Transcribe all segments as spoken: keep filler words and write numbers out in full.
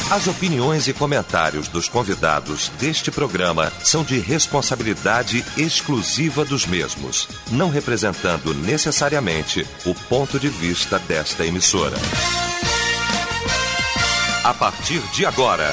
As opiniões e comentários dos convidados deste programa são de responsabilidade exclusiva dos mesmos, não representando necessariamente o ponto de vista desta emissora. A partir de agora,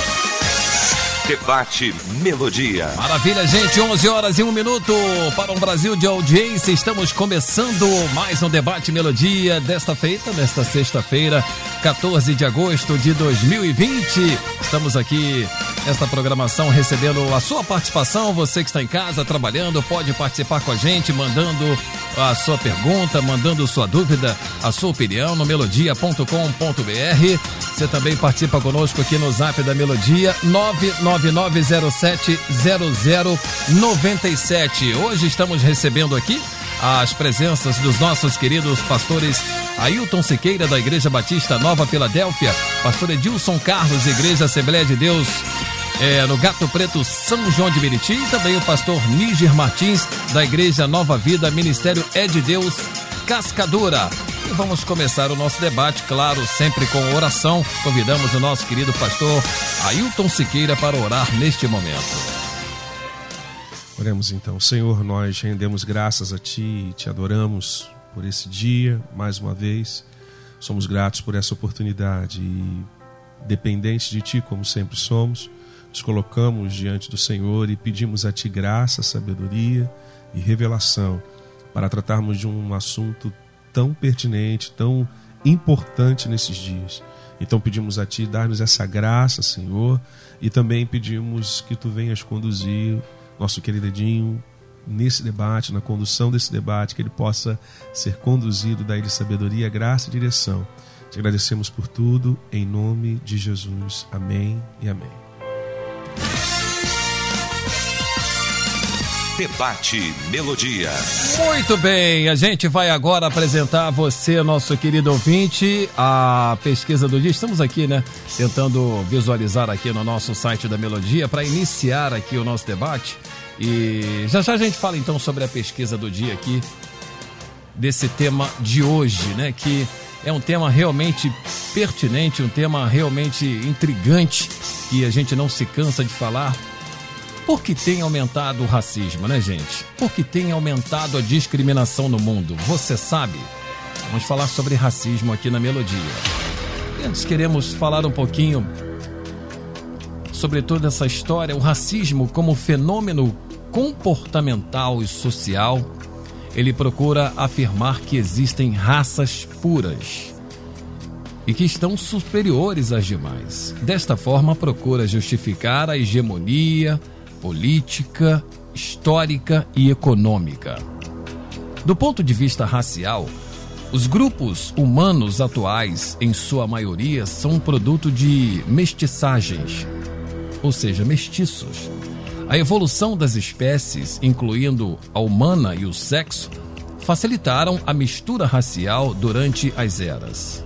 Debate Melodia. Maravilha, gente, onze horas e um minuto para um Brasil de audiência. Estamos começando mais um Debate Melodia desta feita, desta sexta-feira, quatorze de agosto de dois mil e vinte. Estamos aqui nesta programação recebendo a sua participação. Você que está em casa trabalhando pode participar com a gente, mandando a sua pergunta, mandando sua dúvida, a sua opinião no melodia ponto com ponto b r. Você também participa conosco aqui no Zap da Melodia, nove nove nove zero sete zero zero nove sete. Hoje estamos recebendo aqui as presenças dos nossos queridos pastores Ailton Siqueira, da Igreja Batista Nova Filadélfia, pastor Edilson Carlos, Igreja Assembleia de Deus, é, no Gato Preto, São João de Meriti, e também o pastor Níger Martins, da Igreja Nova Vida, Ministério É de Deus, Cascadura. E vamos começar o nosso debate, claro, sempre com oração. Convidamos o nosso querido pastor Ailton Siqueira para orar neste momento. Oremos então. Senhor, nós rendemos graças a Ti e Te adoramos por esse dia, mais uma vez. Somos gratos por essa oportunidade e, dependentes de Ti, como sempre somos, nos colocamos diante do Senhor e pedimos a Ti graça, sabedoria e revelação para tratarmos de um assunto tão pertinente, tão importante nesses dias. Então pedimos a Ti, dar-nos essa graça, Senhor, e também pedimos que Tu venhas conduzir nosso querido Edinho nesse debate, na condução desse debate, que ele possa ser conduzido, daí de sabedoria, graça e direção. Te agradecemos por tudo, em nome de Jesus. Amém e amém. Debate Melodia. Muito bem, a gente vai agora apresentar a você, nosso querido ouvinte, a pesquisa do dia. Estamos aqui, né, tentando visualizar aqui no nosso site da Melodia para iniciar aqui o nosso debate. E já já a gente fala então sobre a pesquisa do dia aqui, desse tema de hoje, né, que é um tema realmente pertinente, um tema realmente intrigante, que a gente não se cansa de falar. Por que tem aumentado o racismo, né, gente? Por que tem aumentado a discriminação no mundo? Você sabe? Vamos falar sobre racismo aqui na Melodia. E antes queremos falar um pouquinho sobre toda essa história, o racismo como fenômeno comportamental e social. Ele procura afirmar que existem raças puras e que estão superiores às demais. Desta forma, procura justificar a hegemonia política, histórica e econômica. Do ponto de vista racial, os grupos humanos atuais, em sua maioria, são produto de mestiçagens, ou seja, mestiços. A evolução das espécies, incluindo a humana e o sexo, facilitaram a mistura racial durante as eras.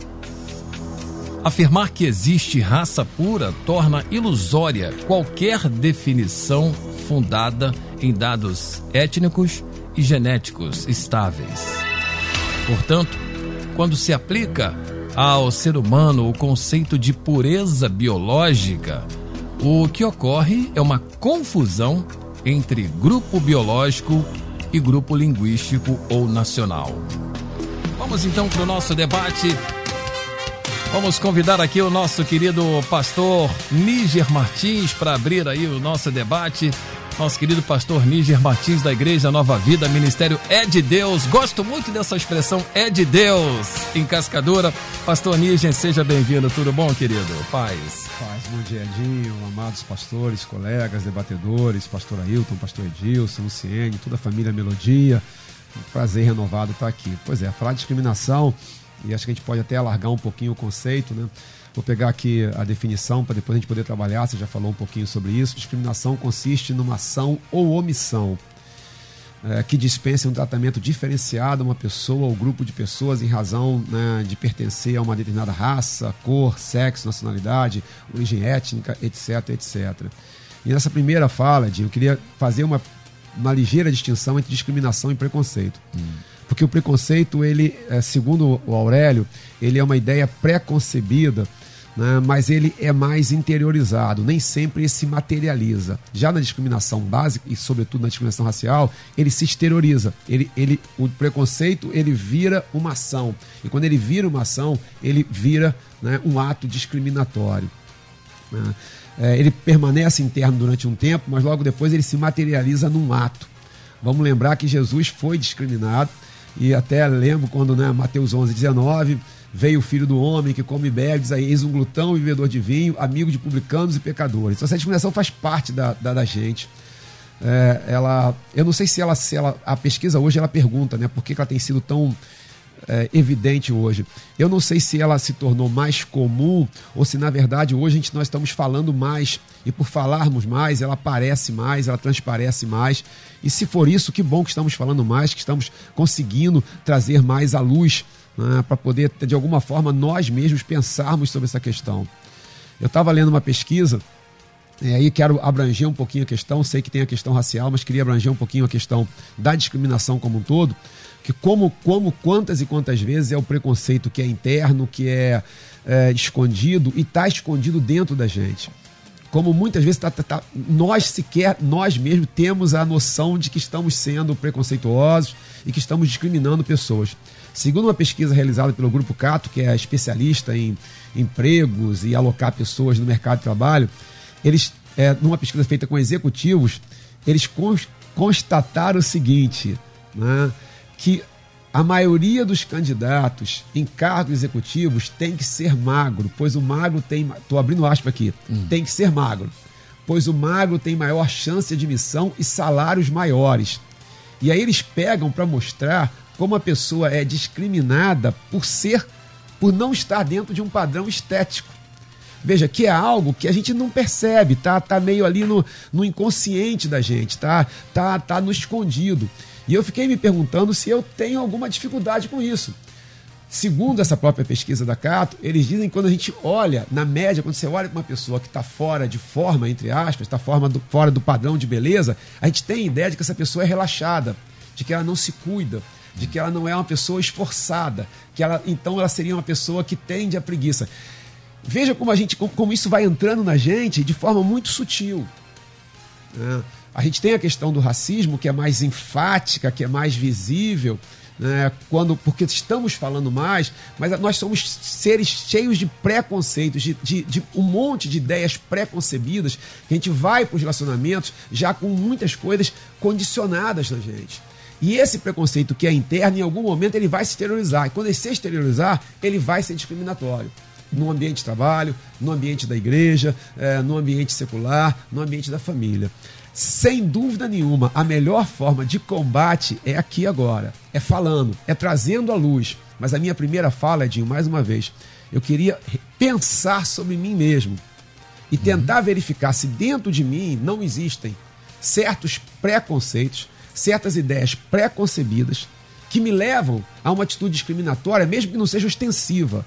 Afirmar que existe raça pura torna ilusória qualquer definição fundada em dados étnicos e genéticos estáveis. Portanto, quando se aplica ao ser humano o conceito de pureza biológica, o que ocorre é uma confusão entre grupo biológico e grupo linguístico ou nacional. Vamos então para o nosso debate. Vamos convidar aqui o nosso querido pastor Níger Martins para abrir aí o nosso debate. Nosso querido pastor Níger Martins, da Igreja Nova Vida, Ministério É de Deus. Gosto muito dessa expressão, É de Deus, em Cascadura. Pastor Níger, seja bem-vindo. Tudo bom, querido? Paz. Paz, bom dia, Edinho, amados pastores, colegas, debatedores, pastor Ailton, pastor Edilson, Luciene, toda a família Melodia. Um prazer renovado estar aqui. Pois é, falar de discriminação, e acho que a gente pode até alargar um pouquinho o conceito, né? Vou pegar aqui a definição para depois a gente poder trabalhar, você já falou um pouquinho sobre isso. Discriminação consiste numa ação ou omissão é, que dispensa um tratamento diferenciado a uma pessoa ou grupo de pessoas em razão, né, de pertencer a uma determinada raça, cor, sexo, nacionalidade, origem étnica, etc, etcétera. E nessa primeira fala, Dinho, eu queria fazer uma, uma ligeira distinção entre discriminação e preconceito. Hum. Porque o preconceito, ele, segundo o Aurélio, ele é uma ideia pré-concebida né, mas ele é mais interiorizado, nem sempre ele se materializa. Já na discriminação básica e sobretudo na discriminação racial, ele se exterioriza. Ele, ele, o preconceito ele vira uma ação, e quando ele vira uma ação, ele vira, né, um ato discriminatório. Né? É, ele permanece interno durante um tempo, mas logo depois ele se materializa num ato. Vamos lembrar que Jesus foi discriminado, e até lembro quando, né, Mateus onze, dezenove, veio o Filho do Homem que come e bebe, diz aí, eis um glutão e bebedor de vinho, amigo de publicanos e pecadores. Então essa discriminação faz parte da, da, da gente. É, ela, eu não sei se ela, se ela, a pesquisa hoje ela pergunta, né, por que ela tem sido tão é, evidente hoje. Eu não sei se ela se tornou mais comum ou se na verdade hoje a gente, nós estamos falando mais, e por falarmos mais ela aparece mais, ela transparece mais, e se for isso, que bom que estamos falando mais, que estamos conseguindo trazer mais à luz, né, para poder, de alguma forma, nós mesmos pensarmos sobre essa questão. Eu estava lendo uma pesquisa, e aí quero abranger um pouquinho a questão, sei que tem a questão racial, mas queria abranger um pouquinho a questão da discriminação como um todo, que como, como quantas e quantas vezes é o preconceito que é interno, que é, é escondido, e está escondido dentro da gente. Como muitas vezes tá, tá, tá, nós sequer, nós mesmos temos a noção de que estamos sendo preconceituosos e que estamos discriminando pessoas. Segundo uma pesquisa realizada pelo Grupo Cato, que é especialista em empregos e alocar pessoas no mercado de trabalho, eles, é, numa pesquisa feita com executivos, eles constataram o seguinte, né, que a maioria dos candidatos em cargos executivos tem que ser magro, pois o magro tem... Estou abrindo aspas aqui. Hum. Tem que ser magro, pois o magro tem maior chance de admissão e salários maiores. E aí eles pegam para mostrar como a pessoa é discriminada por ser, por não estar dentro de um padrão estético. Veja, que é algo que a gente não percebe, tá, tá meio ali no, no inconsciente da gente, tá, tá, tá no escondido. E eu fiquei me perguntando se eu tenho alguma dificuldade com isso. Segundo essa própria pesquisa da Cato, eles dizem que quando a gente olha, na média, quando você olha para uma pessoa que está fora de forma, entre aspas, está fora do padrão de beleza, a gente tem a ideia de que essa pessoa é relaxada, de que ela não se cuida, de que ela não é uma pessoa esforçada, que ela, então ela seria uma pessoa que tende à preguiça. Veja como, a gente, como, como isso vai entrando na gente de forma muito sutil. Né? A gente tem a questão do racismo, que é mais enfática, que é mais visível, né? Quando, porque estamos falando mais, mas nós somos seres cheios de preconceitos, de, de, de um monte de ideias preconcebidas, que a gente vai para os relacionamentos já com muitas coisas condicionadas na gente. E esse preconceito que é interno, em algum momento ele vai se exteriorizar. E quando ele se exteriorizar, ele vai ser discriminatório. No ambiente de trabalho, no ambiente da igreja, é, no ambiente secular, no ambiente da família. Sem dúvida nenhuma, a melhor forma de combate é aqui agora. É falando, é trazendo à luz. Mas a minha primeira fala, Edinho, mais uma vez, eu queria pensar sobre mim mesmo e tentar uhum. verificar se dentro de mim não existem certos preconceitos, certas ideias preconcebidas que me levam a uma atitude discriminatória, mesmo que não seja ostensiva.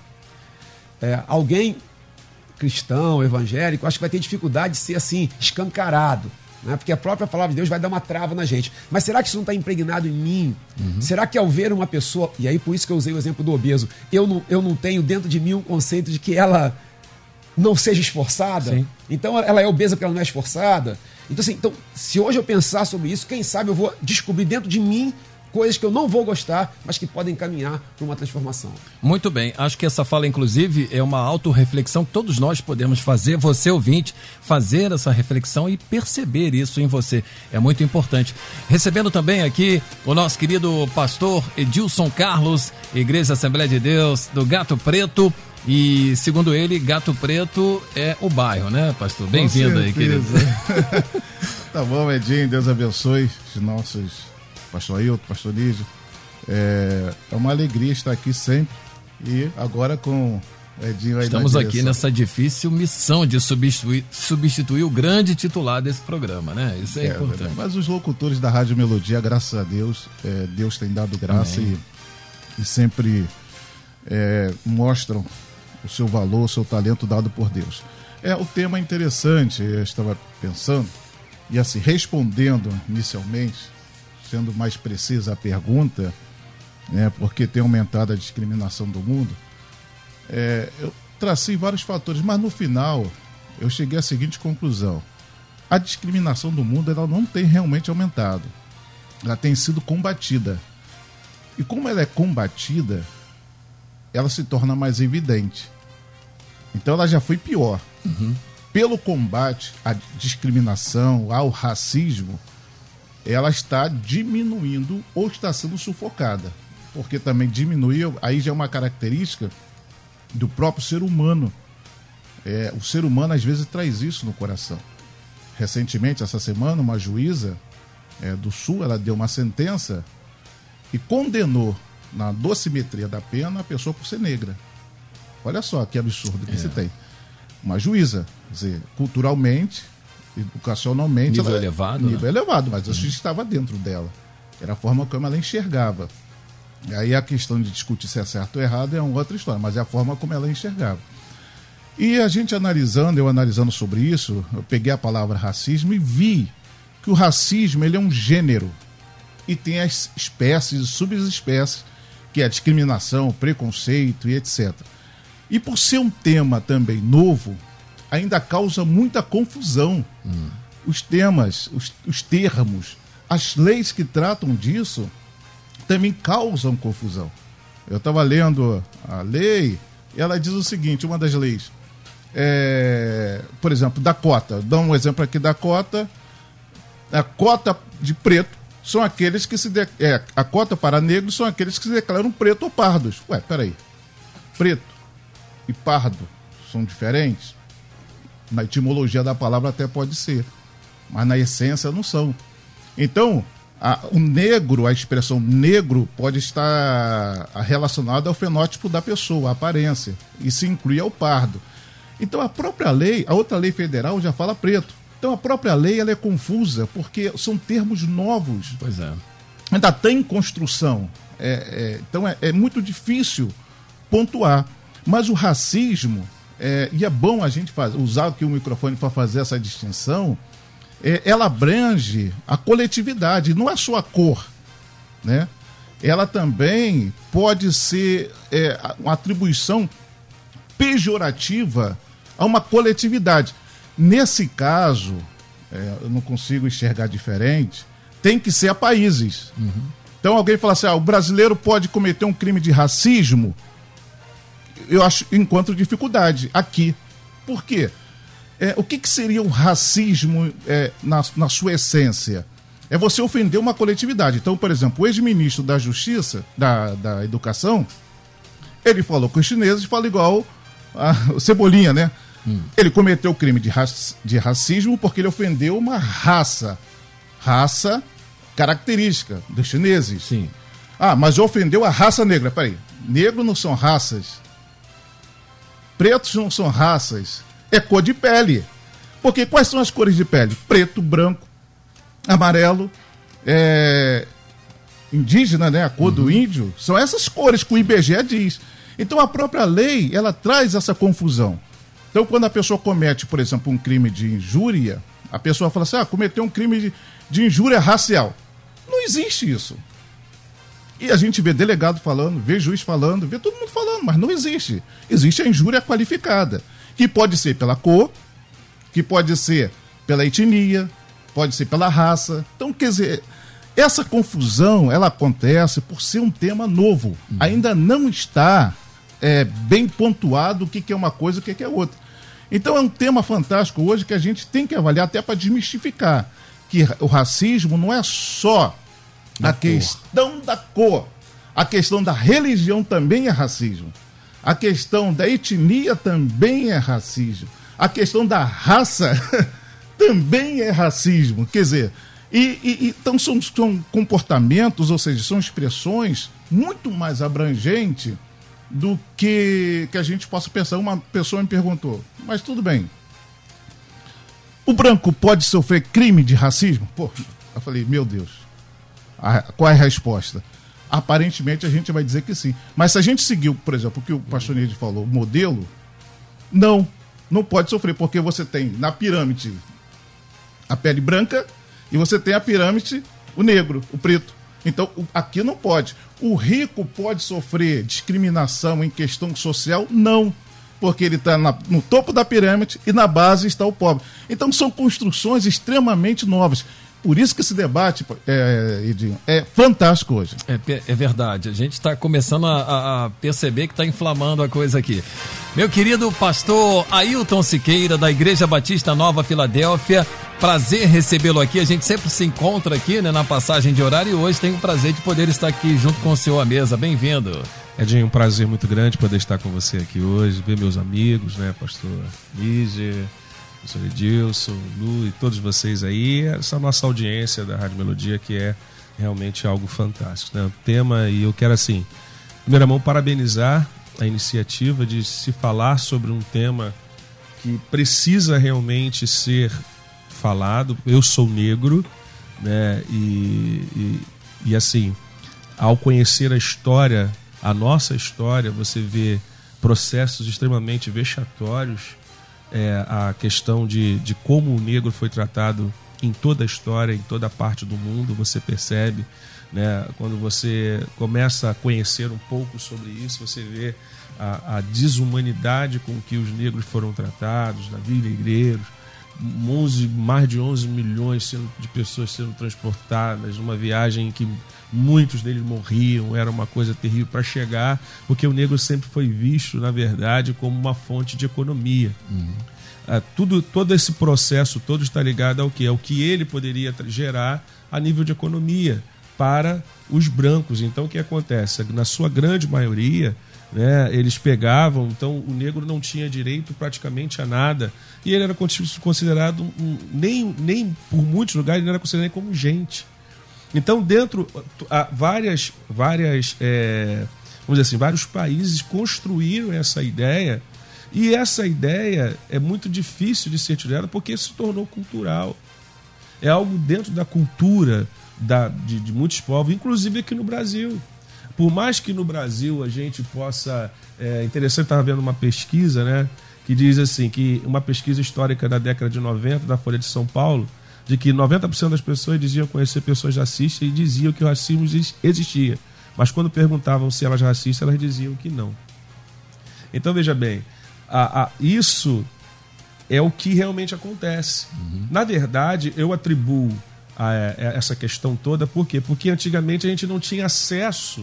É, alguém cristão, evangélico, acho que vai ter dificuldade de ser assim, escancarado, né? Porque a própria palavra de Deus vai dar uma trava na gente. Mas será que isso não está impregnado em mim? Uhum. Será que ao ver uma pessoa, e aí por isso que eu usei o exemplo do obeso, eu não, eu não tenho dentro de mim um conceito de que ela não seja esforçada? Sim. Então ela é obesa porque ela não é esforçada? Então, assim, então, se hoje eu pensar sobre isso, quem sabe eu vou descobrir dentro de mim coisas que eu não vou gostar, mas que podem caminhar para uma transformação. Muito bem, acho que essa fala, inclusive, é uma autorreflexão que todos nós podemos fazer, você ouvinte, fazer essa reflexão e perceber isso em você. É muito importante. Recebendo também aqui o nosso querido pastor Edilson Carlos, Igreja Assembleia de Deus do Gato Preto. E, segundo ele, Gato Preto é o bairro, né, pastor? Bem-vindo aí, querido. Tá bom, Edinho, Deus abençoe os nossos, pastor Ailton, pastor Lídio. É, é uma alegria estar aqui sempre e agora com o Edinho aí. Estamos aqui nessa difícil missão de substituir, substituir o grande titular desse programa, né? Isso é, é importante. Verdade. Mas os locutores da Rádio Melodia, graças a Deus, é, Deus tem dado graça e, e sempre é, mostram o seu valor, o seu talento dado por Deus. É, o tema é interessante, eu estava pensando, e assim, respondendo inicialmente, sendo mais precisa a pergunta, né, porque tem aumentado a discriminação do mundo, É, eu tracei vários fatores, mas no final eu cheguei à seguinte conclusão: a discriminação do mundo ela não tem realmente aumentado, ela tem sido combatida. E como ela é combatida, ela se torna mais evidente. Então ela já foi pior. Uhum. Pelo combate à discriminação, ao racismo, ela está diminuindo ou está sendo sufocada. Porque também diminuiu, aí já é uma característica do próprio ser humano. É, o ser humano às vezes traz isso no coração. Recentemente, essa semana, uma juíza é, do Sul, ela deu uma sentença e condenou na dosimetria da pena a pessoa por ser negra. Olha só que absurdo que é. se tem. Uma juíza, quer dizer, culturalmente, educacionalmente... Nível ela, elevado. Nível né? elevado, mas isso estava dentro dela. Era a forma como ela enxergava. E aí a questão de discutir se é certo ou errado é uma outra história, mas é a forma como ela enxergava. E a gente analisando, eu analisando sobre isso, eu peguei a palavra racismo e vi que o racismo ele é um gênero. E tem as espécies e subespécies, que é a discriminação, preconceito e etcétera. E por ser um tema também novo, ainda causa muita confusão. Hum. Os temas, os, os termos, as leis que tratam disso também causam confusão. Eu estava lendo a lei, e ela diz o seguinte, uma das leis, é, por exemplo, da cota, dá um exemplo aqui da cota, a cota de preto são aqueles que se... De, é, a cota para negros são aqueles que se declaram preto ou pardos. Ué, peraí, preto e pardo são diferentes? Na etimologia da palavra até pode ser, mas na essência não são. Então, a, o negro, a expressão negro pode estar relacionada ao fenótipo da pessoa, a aparência, e se inclui ao pardo. Então a própria lei, a outra lei federal já fala preto. Então a própria lei ela é confusa, porque são termos novos. Pois é. Ainda está em construção. É, é, então é, é muito difícil pontuar. Mas o racismo, é, e é bom a gente faz, usar aqui o microfone para fazer essa distinção, é, ela abrange a coletividade, não é só a cor, né? Ela também pode ser é, uma atribuição pejorativa a uma coletividade. Nesse caso, é, eu não consigo enxergar diferente, tem que ser a países. Uhum. Então alguém fala assim, ah, o brasileiro pode cometer um crime de racismo? Eu acho, encontro dificuldade aqui. Por quê? É, o que, que seria o racismo é, na, na sua essência? É você ofender uma coletividade. Então, por exemplo, o ex-ministro da Justiça, da, da Educação, ele falou com os chineses e fala igual a, o Cebolinha, né? Hum. Ele cometeu o crime de, rac, de racismo porque ele ofendeu uma raça. Raça característica dos chineses. Sim. Ah, mas ofendeu a raça negra. Peraí, negro não são raças. Pretos não são raças. É cor de pele. Porque quais são as cores de pele? Preto, branco, amarelo, é... indígena, né? A cor uhum. do índio. São essas cores que o I B G E diz. Então a própria lei, ela traz essa confusão. Então quando a pessoa comete, por exemplo, um crime de injúria, a pessoa fala assim, ah, cometeu um crime de, de injúria racial. Não existe isso. E a gente vê delegado falando, vê juiz falando, vê todo mundo falando, mas não existe. Existe a injúria qualificada, que pode ser pela cor, que pode ser pela etnia, pode ser pela raça. Então, quer dizer, essa confusão, ela acontece por ser um tema novo. Uhum. Ainda não está é, bem pontuado o que, que é uma coisa e o que, que é outra. Então, é um tema fantástico hoje que a gente tem que avaliar até para desmistificar que o racismo não é só a questão da cor, a questão da religião também é racismo, a questão da etnia também é racismo, a questão da raça também é racismo, quer dizer, e, e, então são, são comportamentos, ou seja, são expressões muito mais abrangentes do que, que a gente possa pensar. Uma pessoa me perguntou, mas tudo bem, o branco pode sofrer crime de racismo? Pô, eu falei, meu Deus. A, qual é a resposta? Aparentemente a gente vai dizer que sim. Mas se a gente seguir, por exemplo, o que o pastor Neide falou, o modelo, não, não pode sofrer, porque você tem na pirâmide a pele branca e você tem a pirâmide o negro, o preto. Então, aqui não pode. O rico pode sofrer discriminação em questão social? Não. Porque ele está no topo da pirâmide e na base está o pobre. Então, são construções extremamente novas. Por isso que esse debate, é, Edinho, é fantástico hoje. É, é verdade. A gente está começando a, a perceber que está inflamando a coisa aqui. Meu querido pastor Ailton Siqueira, da Igreja Batista Nova Filadélfia, prazer recebê-lo aqui. A gente sempre se encontra aqui, né, na passagem de horário, e hoje tenho o prazer de poder estar aqui junto com o senhor à mesa. Bem-vindo. Edinho, um prazer muito grande poder estar com você aqui hoje, ver meus amigos, né, pastor Lígia, pastor Edilson, Lu e todos vocês aí, essa nossa audiência da Rádio Melodia, que é realmente algo fantástico, né? O tema, e eu quero, assim, em primeira mão, parabenizar a iniciativa de se falar sobre um tema que precisa realmente ser falado. Eu sou negro, né? E, e, e assim, ao conhecer a história, a nossa história, você vê processos extremamente vexatórios, é, a questão de, de como o negro foi tratado em toda a história, em toda a parte do mundo, você percebe, né? Quando você começa a conhecer um pouco sobre isso, você vê a, a desumanidade com que os negros foram tratados, navios negreiros, onze, mais de onze milhões sendo, de pessoas sendo transportadas numa viagem em que muitos deles morriam, era uma coisa terrível para chegar, porque o negro sempre foi visto, na verdade, como uma fonte de economia. Uhum. Ah, tudo, todo esse processo todo está ligado ao que? Ao que ele poderia gerar a nível de economia para os brancos. Então, o que acontece? Na sua grande maioria, né, eles pegavam, então o negro não tinha direito praticamente a nada, e ele era considerado, um, nem, nem por muitos lugares, ele era considerado como gente. Então, dentro, há várias, várias é, vamos dizer assim, vários países construíram essa ideia, e essa ideia é muito difícil de ser tirada porque se tornou cultural. É algo dentro da cultura da, de, de muitos povos, inclusive aqui no Brasil. Por mais que no Brasil a gente possa... É interessante, estava vendo uma pesquisa, né, que diz assim, que uma pesquisa histórica da década de noventa, da Folha de São Paulo, de que noventa por cento das pessoas diziam conhecer pessoas racistas e diziam que o racismo existia. Mas quando perguntavam se elas racistas, elas diziam que não. Então, veja bem, a, a, isso é o que realmente acontece. Uhum. Na verdade, eu atribuo a, a essa questão toda, por quê? Porque antigamente a gente não tinha acesso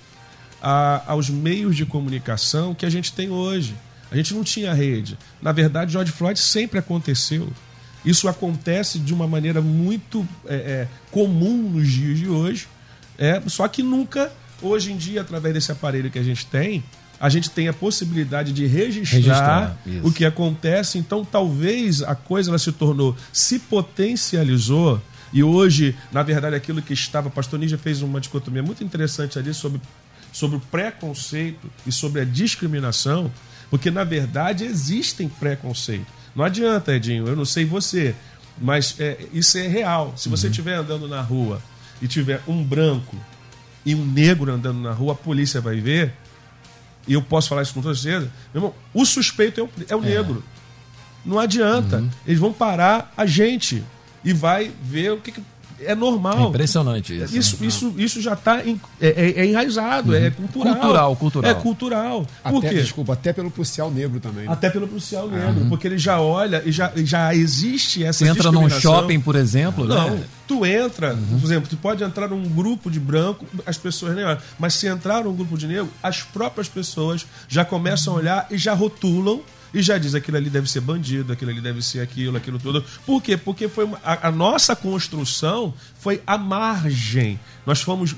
a, aos meios de comunicação que a gente tem hoje. A gente não tinha rede. Na verdade, George Floyd sempre aconteceu. Isso acontece de uma maneira muito é, é, comum nos dias de hoje, é, só que nunca, hoje em dia, através desse aparelho que a gente tem, a gente tem a possibilidade de registrar, registrar o que acontece. Então, talvez a coisa ela se tornou, se potencializou, e hoje, na verdade, aquilo que estava... O pastor Nígia fez uma dicotomia muito interessante ali sobre, sobre o preconceito e sobre a discriminação, porque, na verdade, existem preconceitos. Não adianta, Edinho, eu não sei você, mas é, isso é real. Se você estiver uhum. andando na rua e tiver um branco e um negro andando na rua, a polícia vai ver, e eu posso falar isso com toda certeza, meu irmão, o suspeito é o, é o é. negro. Não adianta. Uhum. Eles vão parar a gente e vai ver o que, que é normal. É impressionante isso. Isso, né? isso, isso já está é, é, é enraizado, uhum. é cultural. Cultural, cultural. É cultural. Por até, quê? Desculpa, até pelo policial negro também. Né? Até pelo policial negro, uhum. porque ele já olha e já, já existe essa Você entra num shopping, por exemplo? Não, né? tu entra, uhum. por exemplo, tu pode entrar num grupo de branco, as pessoas nem olham, mas se entrar num grupo de negro, as próprias pessoas já começam a olhar e já rotulam e já diz aquilo ali deve ser bandido, aquilo ali deve ser aquilo, aquilo tudo. Por quê? Porque foi uma, a, a nossa construção foi à margem. Nós fomos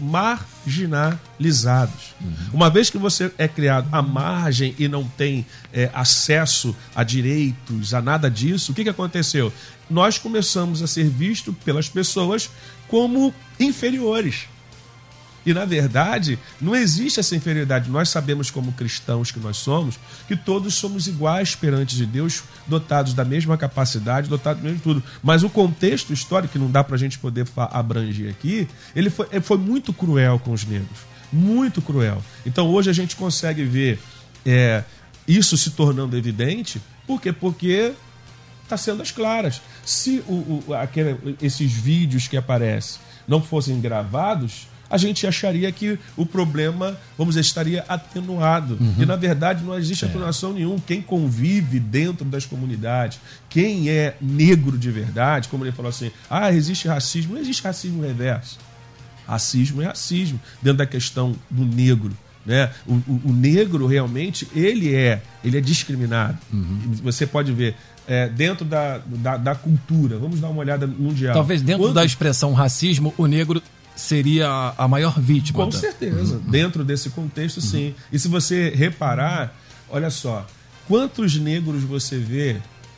marginalizados. Uhum. Uma vez que você é criado à margem e não tem é, acesso a direitos, a nada disso, o que, que aconteceu? Nós começamos a ser vistos pelas pessoas como inferiores. E, na verdade, não existe essa inferioridade. Nós sabemos, como cristãos que nós somos, que todos somos iguais perante de Deus, dotados da mesma capacidade, dotados do mesmo tudo. Mas o contexto histórico, que não dá para a gente poder abranger aqui, ele foi, ele foi muito cruel com os negros. Muito cruel. Então, hoje a gente consegue ver é, isso se tornando evidente. Por quê? Porque está sendo às claras. Se o, o, aquele, esses vídeos que aparecem não fossem gravados, a gente acharia que o problema, vamos dizer, estaria atenuado. Uhum. E, na verdade, não existe é. atenuação nenhuma. Quem convive dentro das comunidades, quem é negro de verdade, como ele falou assim, ah, existe racismo. Não existe racismo reverso. Racismo é racismo, dentro da questão do negro. Né? O, o, o negro, realmente, ele é, ele é discriminado. Uhum. Você pode ver, é, dentro da, da, da cultura, vamos dar uma olhada mundial. Talvez dentro Quanto... da expressão racismo, o negro seria a maior vítima. Com da... certeza. Uhum. Dentro desse contexto, uhum. sim. E se você reparar, olha só, quantos negros você vê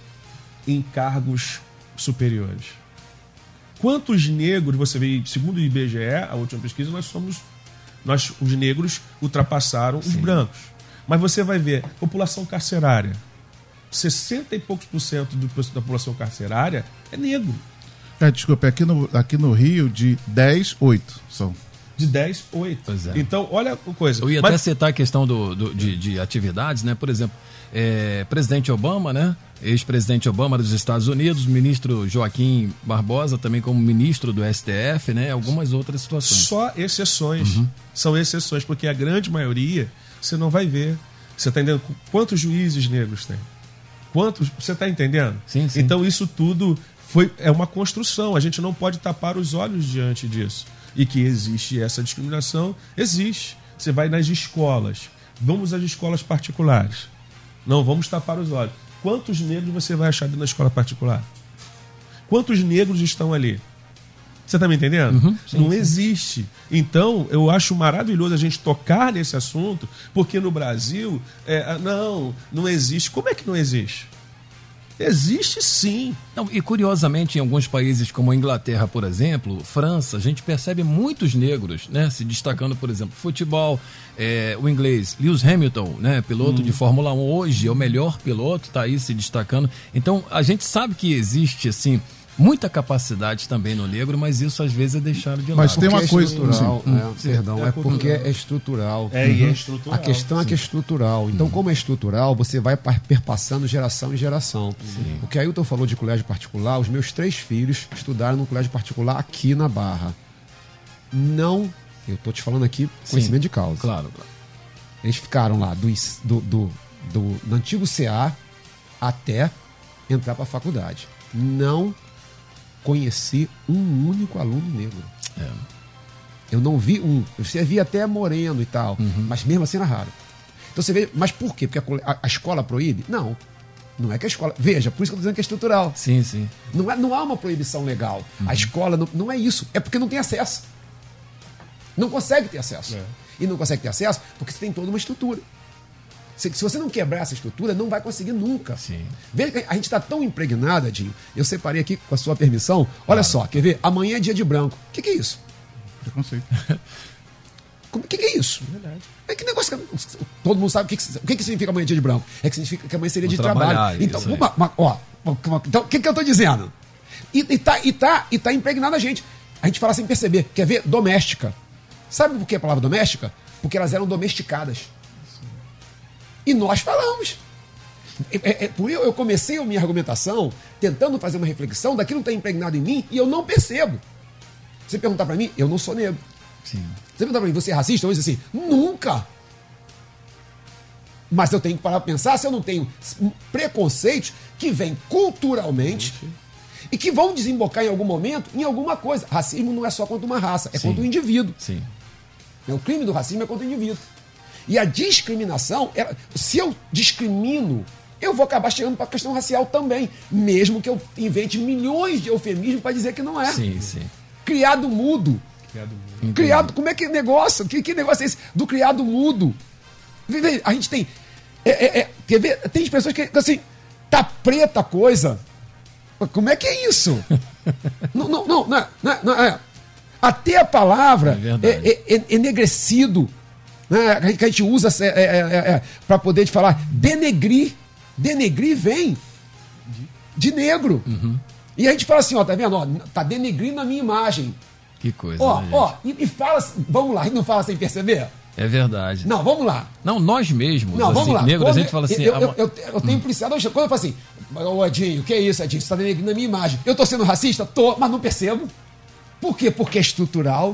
em cargos superiores? Quantos negros você vê, segundo o I B G E, a última pesquisa, nós somos, nós, os negros ultrapassaram Sim. os brancos. Mas você vai ver, população carcerária, sessenta e poucos por cento do, da população carcerária é negro. É, desculpa, aqui no, aqui no Rio, de dez, oito são. De dez, oito. Pois é. Então, olha a coisa. Eu ia Mas... até citar a questão do, do, de, de atividades, né? Por exemplo, é, presidente Obama, né? Ex-presidente Obama dos Estados Unidos, ministro Joaquim Barbosa, também como ministro do S T F, né? Algumas outras situações. Só exceções. Uhum. São exceções, porque a grande maioria você não vai ver. Você está entendendo? Quantos juízes negros tem? Quantos? Você está entendendo? Sim, sim. Então, isso tudo foi, é uma construção. A gente não pode tapar os olhos diante disso. E que existe essa discriminação, existe. Você vai nas escolas. Vamos às escolas particulares. Não vamos tapar os olhos. Quantos negros você vai achar na escola particular? Quantos negros estão ali? Você está me entendendo? Uhum, sim, não sim. existe. Então, eu acho maravilhoso a gente tocar nesse assunto, porque no Brasil, é, não, não existe. Como é que não existe? Existe sim. Não, e curiosamente, em alguns países como a Inglaterra, por exemplo, França, a gente percebe muitos negros, né, se destacando, por exemplo, futebol, é, o inglês, Lewis Hamilton, né, piloto hum. de Fórmula um, hoje é o melhor piloto, está aí se destacando. Então, a gente sabe que existe, assim, muita capacidade também no negro, mas isso às vezes é deixado de lado. Mas tem uma é coisa... Estrutural, hum, é, sim, perdão, é, é porque é estrutural. É, e é estrutural. A questão sim. é que é estrutural. Então, como é estrutural, você vai perpassando geração em geração. Sim. O que Ailton falou de colégio particular, os meus três filhos estudaram no colégio particular aqui na Barra. Não, eu estou te falando aqui conhecimento sim, de causa. Claro, claro. Eles ficaram lá do, do, do, do, do antigo C A até entrar para a faculdade. Não conheci um único aluno negro. É. Eu não vi um. Você via até moreno e tal, uhum. mas mesmo assim era raro. Então você vê, mas por quê? Porque a, a escola proíbe? Não. Não é que a escola... Veja, por isso que eu estou dizendo que é estrutural. Sim, sim. Não, é, não há uma proibição legal. Uhum. A escola não, não é isso. É porque não tem acesso. Não consegue ter acesso. É. E não consegue ter acesso porque você tem toda uma estrutura. Se, se você não quebrar essa estrutura, não vai conseguir nunca. Sim. Veja que a gente está tão impregnada, Dinho. Eu separei aqui com a sua permissão. Olha claro. Só, quer ver? Amanhã é dia de branco. O que, que é isso? Preconceito. O que, que é isso? É verdade. É que negócio que todo mundo sabe o que, que, o que, que significa amanhã é dia de branco. É que significa que amanhã seria Vou de trabalho. Então, uma, uma, ó, uma, então, o que, que eu estou dizendo? E, e, tá, e, tá, e tá impregnada a gente. A gente fala sem perceber. Quer ver? Doméstica. Sabe por que a palavra doméstica? Porque elas eram domesticadas. E nós falamos. É, é, por eu, eu comecei a minha argumentação tentando fazer uma reflexão daquilo que está impregnado em mim e eu não percebo. Você perguntar para mim, eu não sou negro. Sim. Você perguntar para mim, você é racista? Eu vou dizer assim, nunca. Mas eu tenho que parar para pensar se eu não tenho preconceitos que vêm culturalmente Sim. e que vão desembocar em algum momento em alguma coisa. Racismo não é só contra uma raça, é Sim. contra o indivíduo. Sim. O crime do racismo é contra o indivíduo. E a discriminação, se eu discrimino, eu vou acabar chegando para a questão racial também, mesmo que eu invente milhões de eufemismos para dizer que não é. Sim, sim. Criado mudo. Criado mudo. Criado, como é que negócio? Que, que negócio é esse do criado mudo? A gente tem. É, é, é, quer ver? Tem pessoas que, assim, tá preta a coisa. Como é que é isso? não, não, não, não, não, não é. Até a palavra é, é, é enegrecido. Né, que a gente usa é, é, é, é, para poder te falar, denegrir. Denegrir vem de negro. Uhum. E a gente fala assim, ó, tá vendo? Ó, tá denegrindo a minha imagem. Que coisa. Ó, né, ó, e, e fala, vamos lá, e não fala sem perceber? É verdade. Não, vamos lá. Não, nós mesmos, não, assim, vamos lá. negros, Quando a gente fala assim... Eu, a... eu, eu, eu tenho hum. policiado, quando eu falo assim, ô Edinho, o que é isso, Edinho? Você tá denegrindo a minha imagem. Eu tô sendo racista? Tô, mas não percebo. Por quê? Porque é estrutural.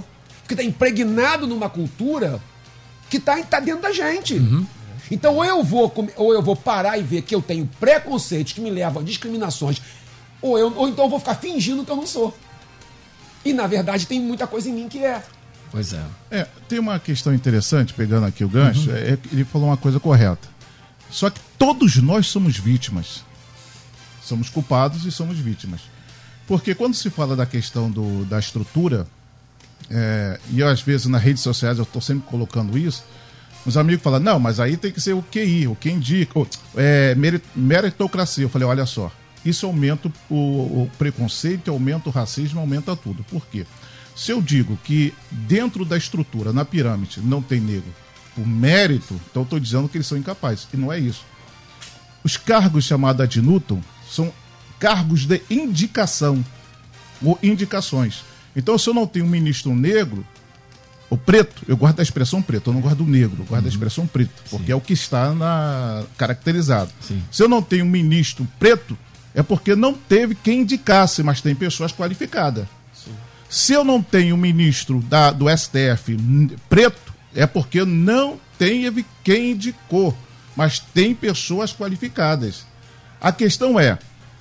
Porque está impregnado numa cultura que está tá dentro da gente. Uhum. Então, ou eu, vou, ou eu vou parar e ver que eu tenho preconceitos que me levam a discriminações, ou, eu, ou então eu vou ficar fingindo que eu não sou. E, na verdade, tem muita coisa em mim que é. Pois é. É, tem uma questão interessante, pegando aqui o gancho, uhum. é, ele falou uma coisa correta. Só que todos nós somos vítimas. Somos culpados e somos vítimas. Porque quando se fala da questão do, da estrutura, é, e eu, às vezes nas redes sociais eu estou sempre colocando isso, os amigos falam, não, mas aí tem que ser o Q I, o que indica, ou, é, meritocracia. Eu falei, olha só, isso aumenta o, o preconceito, aumenta o racismo, aumenta tudo. Por quê? Se eu digo que dentro da estrutura, na pirâmide, não tem negro por mérito, então eu estou dizendo que eles são incapazes. E não é isso. Os cargos chamados ad nutum são cargos de indicação ou indicações. Então, se eu não tenho um ministro negro, o preto, eu guardo a expressão preto, eu não guardo o negro, eu guardo uhum. a expressão preto, porque Sim. é o que está na... caracterizado. Sim. Se eu não tenho um ministro preto, é porque não teve quem indicasse, mas tem pessoas qualificadas. Sim. Se eu não tenho um ministro da, do S T F preto, é porque não teve quem indicou, mas tem pessoas qualificadas. A questão é,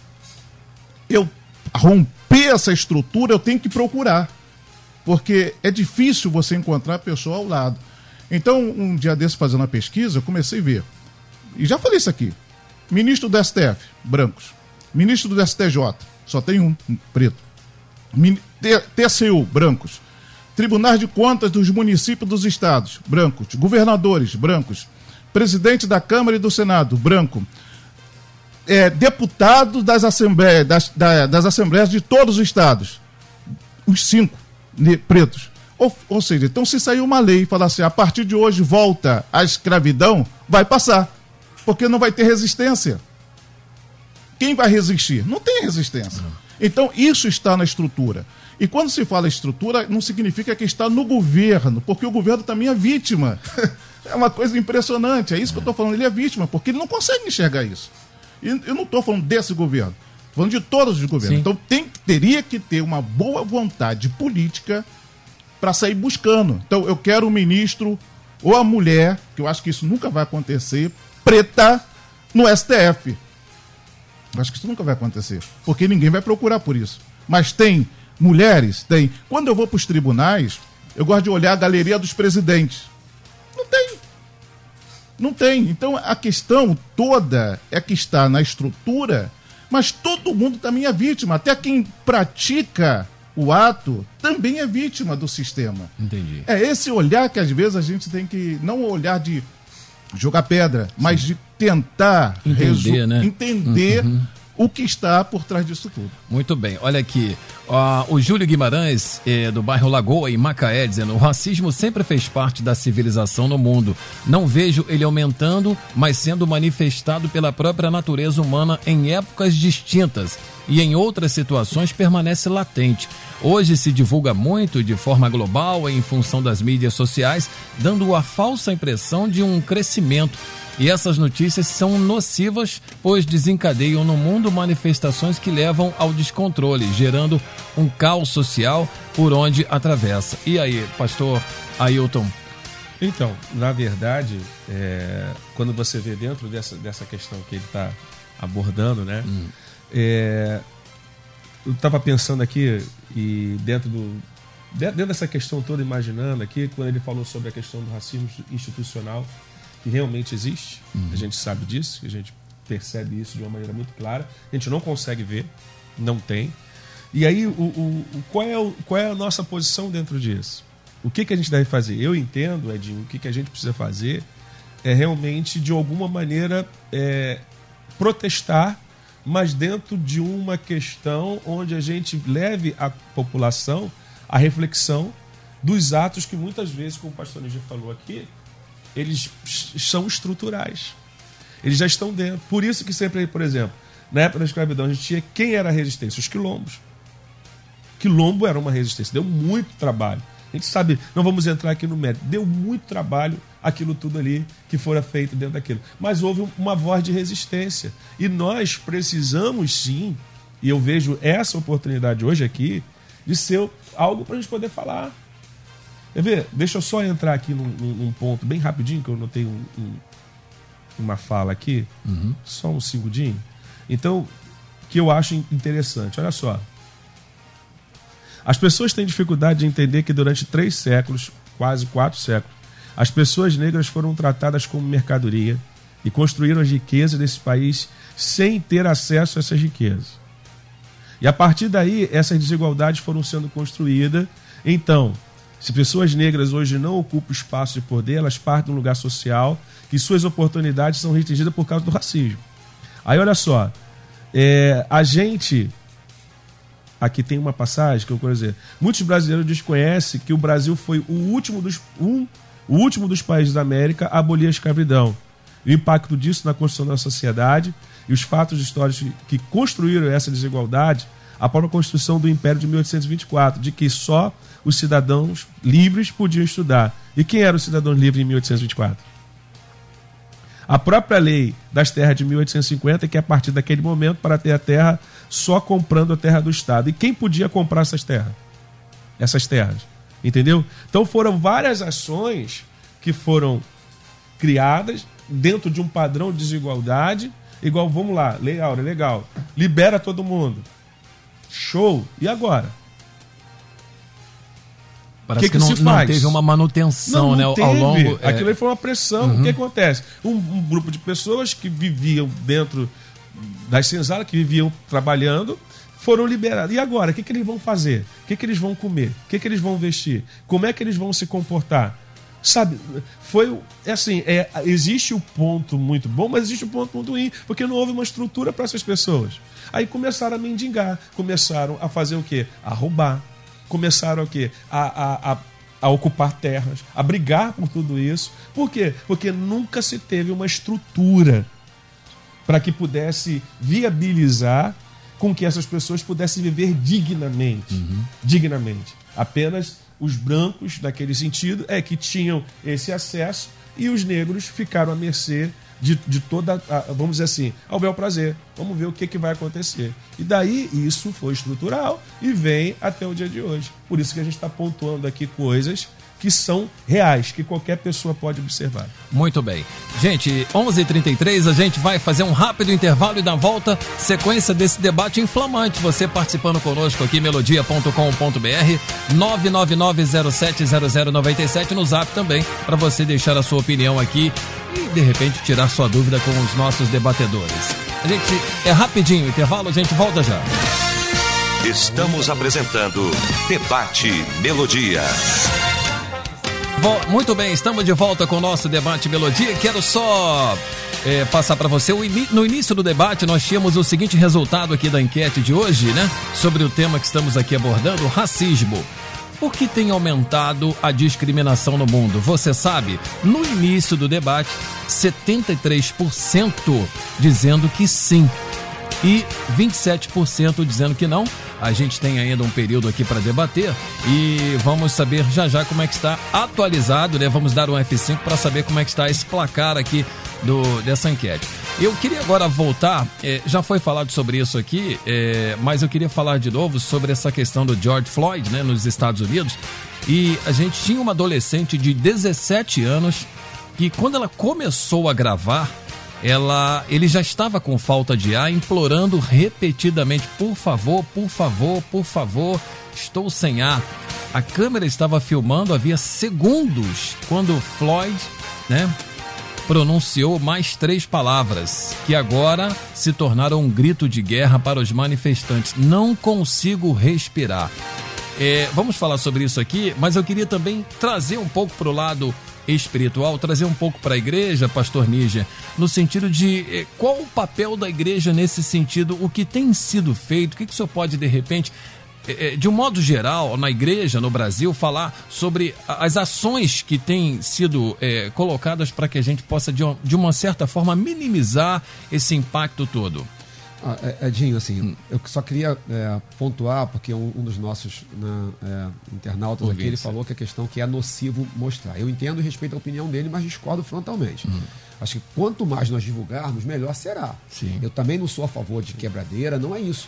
eu romper essa estrutura, eu tenho que procurar. Porque é difícil você encontrar a pessoa ao lado. Então, um dia desse, fazendo uma pesquisa, eu comecei a ver. E já falei isso aqui. Ministro do S T F, brancos. Ministro do S T J, só tem um, um preto. T C U, brancos. Tribunais de Contas dos municípios dos estados, brancos. Governadores, brancos. Presidente da Câmara e do Senado, branco. É, deputados das assembleias, das, da, das assembleias de todos os estados, os cinco pretos. Ou, ou seja, então se sair uma lei e falar assim, a partir de hoje volta a escravidão, vai passar, porque não vai ter resistência. Quem vai resistir? Não tem resistência. Então isso está na estrutura. E quando se fala estrutura, não significa que está no governo, porque o governo também é vítima. É uma coisa impressionante, é isso que eu estou falando, ele é vítima, porque ele não consegue enxergar isso. E eu não estou falando desse governo, estou falando de todos os governos. Sim. Então tem, teria que ter uma boa vontade política para sair buscando. Então eu quero um ministro ou a mulher, que eu acho que isso nunca vai acontecer, preta no S T F. Eu acho que isso nunca vai acontecer, porque ninguém vai procurar por isso. Mas tem mulheres, tem. Quando eu vou para os tribunais, eu gosto de olhar a galeria dos presidentes. Não tem. Não tem. Então a questão toda é que está na estrutura, mas todo mundo também é vítima. Até quem pratica o ato também é vítima do sistema. Entendi. É esse olhar que às vezes a gente tem que, não olhar de jogar pedra, Sim. mas de tentar entender, resu- né? entender uhum. o que está por trás disso tudo. Muito bem, olha aqui, uh, o Júlio Guimarães, eh, do bairro Lagoa, em Macaé, dizendo, o racismo sempre fez parte da civilização no mundo. Não vejo ele aumentando, mas sendo manifestado pela própria natureza humana em épocas distintas e em outras situações permanece latente. Hoje se divulga muito de forma global em função das mídias sociais, dando a falsa impressão de um crescimento. E essas notícias são nocivas, pois desencadeiam no mundo manifestações que levam ao descontrole, gerando um caos social por onde atravessa. E aí, pastor Ailton? Então, na verdade, é, quando você vê dentro dessa, dessa questão que ele está abordando, né? Hum. É, eu estava pensando aqui, e dentro, do, dentro dessa questão toda, imaginando aqui, quando ele falou sobre a questão do racismo institucional, que realmente existe, uhum. a gente sabe disso, a gente percebe isso de uma maneira muito clara, a gente não consegue ver, não tem. E aí, o, o, o, qual, é o, qual é a nossa posição dentro disso? O que, que a gente deve fazer? Eu entendo, Edinho, o que, que a gente precisa fazer é realmente, de alguma maneira, é, protestar, mas dentro de uma questão onde a gente leve a população à reflexão dos atos que muitas vezes, como o pastor Nigir falou aqui, eles são estruturais. Eles já estão dentro. Por isso que sempre, por exemplo, na época da escravidão, a gente tinha quem era a resistência? Os quilombos. Quilombo era uma resistência. Deu muito trabalho. A gente sabe, não vamos entrar aqui no mérito. Deu muito trabalho aquilo tudo ali que fora feito dentro daquilo. Mas houve uma voz de resistência. E nós precisamos sim, e eu vejo essa oportunidade hoje aqui, de ser algo para a gente poder falar. Quer ver? Deixa eu só entrar aqui num, num ponto bem rapidinho, que eu notei um, um, uma fala aqui. Uhum. Só um segundinho. Então, que eu acho interessante. Olha só. As pessoas têm dificuldade de entender que durante três séculos, quase quatro séculos, as pessoas negras foram tratadas como mercadoria e construíram as riquezas desse país sem ter acesso a essas riquezas. E a partir daí, essas desigualdades foram sendo construídas. Então, se pessoas negras hoje não ocupam espaço de poder, elas partem de um lugar social que suas oportunidades são restringidas por causa do racismo. Aí, olha só, é, a gente... Aqui tem uma passagem que eu quero dizer. Muitos brasileiros desconhecem que o Brasil foi o último dos, um, o último dos países da América a abolir a escravidão. O impacto disso na construção da sociedade e os fatos históricos que construíram essa desigualdade, a própria Constituição do Império de mil oitocentos e vinte e quatro, de que só os cidadãos livres podiam estudar. E quem eram os cidadãos livres em mil oitocentos e vinte e quatro? A própria lei das terras de mil oitocentos e cinquenta, que é a partir daquele momento para ter a terra só comprando a terra do Estado. E quem podia comprar essas terras? Essas terras. Entendeu? Então foram várias ações que foram criadas dentro de um padrão de desigualdade. Igual, vamos lá, Lei Áurea, legal. Libera todo mundo. Show. E agora? Parece que, que, que não, se não faz? teve uma manutenção, não, não né, teve. ao longo... Aquilo é... aí foi uma pressão. Uhum. O que acontece? Um, um grupo de pessoas que viviam dentro das senzalas, que viviam trabalhando, foram liberados. E agora? O que, que eles vão fazer? O que, que eles vão comer? O que, que eles vão vestir? Como é que eles vão se comportar? Sabe, foi assim, é, existe o ponto muito bom, mas existe o ponto muito ruim, porque não houve uma estrutura para essas pessoas. Aí começaram a mendigar, começaram a fazer o quê? A roubar. Começaram a, quê? A, a, a, a ocupar terras, a brigar por tudo isso. Por quê? Porque nunca se teve uma estrutura para que pudesse viabilizar com que essas pessoas pudessem viver dignamente. Uhum. Dignamente. Apenas os brancos, naquele sentido, é que tinham esse acesso e os negros ficaram à mercê de, de toda, a, vamos dizer assim, ao bel prazer. Vamos ver o que, que vai acontecer. E daí isso foi estrutural e vem até o dia de hoje. Por isso que a gente está pontuando aqui coisas que são reais, que qualquer pessoa pode observar. Muito bem. Gente, onze e trinta e três, a gente vai fazer um rápido intervalo e na volta, sequência desse debate inflamante. Você participando conosco aqui, melodia ponto com ponto br, nove nove nove zero sete zero zero nove sete no Zap também, para você deixar a sua opinião aqui e, de repente, tirar sua dúvida com os nossos debatedores. A gente, é rapidinho o intervalo, a gente volta já. Estamos apresentando Debate Melodia. Muito bem, estamos de volta com o nosso Debate Melodia. Quero só é, passar para você, no início do debate nós tínhamos o seguinte resultado aqui da enquete de hoje, né? Sobre o tema que estamos aqui abordando, racismo. Por que tem aumentado a discriminação no mundo? Você sabe, no início do debate, setenta e três por cento dizendo que sim e vinte e sete por cento dizendo que não. A gente tem ainda um período aqui para debater e vamos saber já já como é que está atualizado, né? Vamos dar um F cinco para saber como é que está esse placar aqui do, dessa enquete. Eu queria agora voltar, é, já foi falado sobre isso aqui, é, mas eu queria falar de novo sobre essa questão do George Floyd, né, nos Estados Unidos. E a gente tinha uma adolescente de dezessete anos que, quando ela começou a gravar, Ela, ele já estava com falta de ar, implorando repetidamente, por favor, por favor, por favor, estou sem ar. A câmera estava filmando, havia segundos, quando Floyd, né, pronunciou mais três palavras, que agora se tornaram um grito de guerra para os manifestantes. Não consigo respirar. É, vamos falar sobre isso aqui, mas eu queria também trazer um pouco para o lado espiritual, trazer um pouco para a igreja, pastor Níger, no sentido de eh, qual o papel da igreja nesse sentido, o que tem sido feito, o que, que o senhor pode, de repente, eh, de um modo geral, na igreja, no Brasil, falar sobre as ações que têm sido eh, colocadas para que a gente possa, de uma, de uma certa forma, minimizar esse impacto todo. Ah, Edinho, assim, hum. eu só queria é, pontuar, porque um, um dos nossos né, é, internautas Ouvi, aqui, ele sim. falou que a questão que é nocivo mostrar. Eu entendo e respeito a opinião dele, mas discordo frontalmente. Hum. Acho que quanto mais nós divulgarmos, melhor será. Sim. Eu também não sou a favor de quebradeira, não é isso.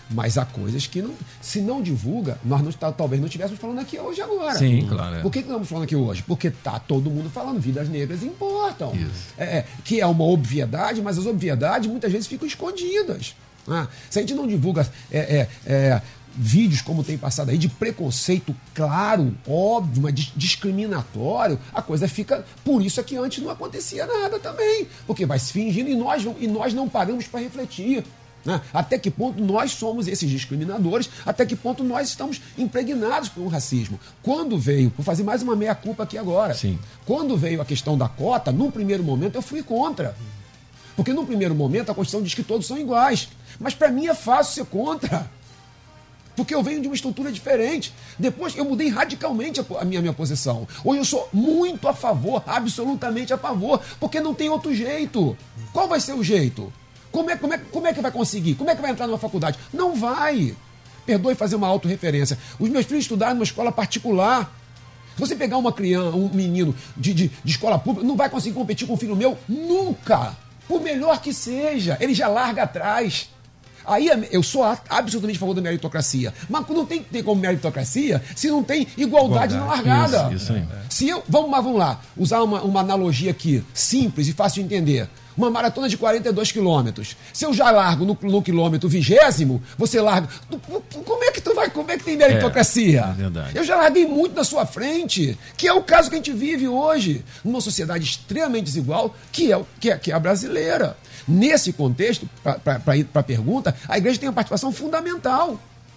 Mas há coisas que, não, se não divulga, nós não, talvez não estivéssemos falando aqui hoje agora. Sim, claro. É. Por que, que estamos falando aqui hoje? Porque tá todo mundo falando, vidas negras importam. É, que é uma obviedade, mas as obviedades muitas vezes ficam escondidas. Né? Se a gente não divulga é, é, é, vídeos como tem passado aí, de preconceito claro, óbvio, mas discriminatório, a coisa fica... Por isso é que antes não acontecia nada também. Porque vai se fingindo e nós, e nós não paramos para refletir. Né? Até que ponto nós somos esses discriminadores, até que ponto nós estamos impregnados por um racismo. Quando veio, vou fazer mais uma meia-culpa aqui agora, Sim. quando veio a questão da cota, num primeiro momento eu fui contra. Porque num primeiro momento a Constituição diz que todos são iguais. Mas para mim é fácil ser contra. Porque eu venho de uma estrutura diferente. Depois eu mudei radicalmente a minha, a minha posição. Hoje eu sou muito a favor, absolutamente a favor, porque não tem outro jeito. Qual vai ser o jeito? Como é, como, é, como é que vai conseguir? Como é que vai entrar numa faculdade? Não vai. Perdoe fazer uma autorreferência. Os meus filhos estudaram numa escola particular. Se você pegar uma criança, um menino de, de, de escola pública, não vai conseguir competir com um filho meu nunca. Por melhor que seja, ele já larga atrás. Aí eu sou absolutamente a favor da meritocracia. Mas não tem que ter como meritocracia se não tem igualdade, igualdade. na largada. Isso, isso aí. Se eu, vamos, vamos lá, usar uma, uma analogia aqui, simples e fácil de entender. Uma maratona de quarenta e dois quilômetros. Se eu já largo no, no quilômetro vigésimo, você larga... Como é que tu vai? Como é que tem meritocracia? É, é verdade. Eu já larguei muito na sua frente, que é o caso que a gente vive hoje, numa sociedade extremamente desigual, que é, que é, que é a brasileira. Nesse contexto, para ir para a pergunta, a igreja tem uma participação fundamental,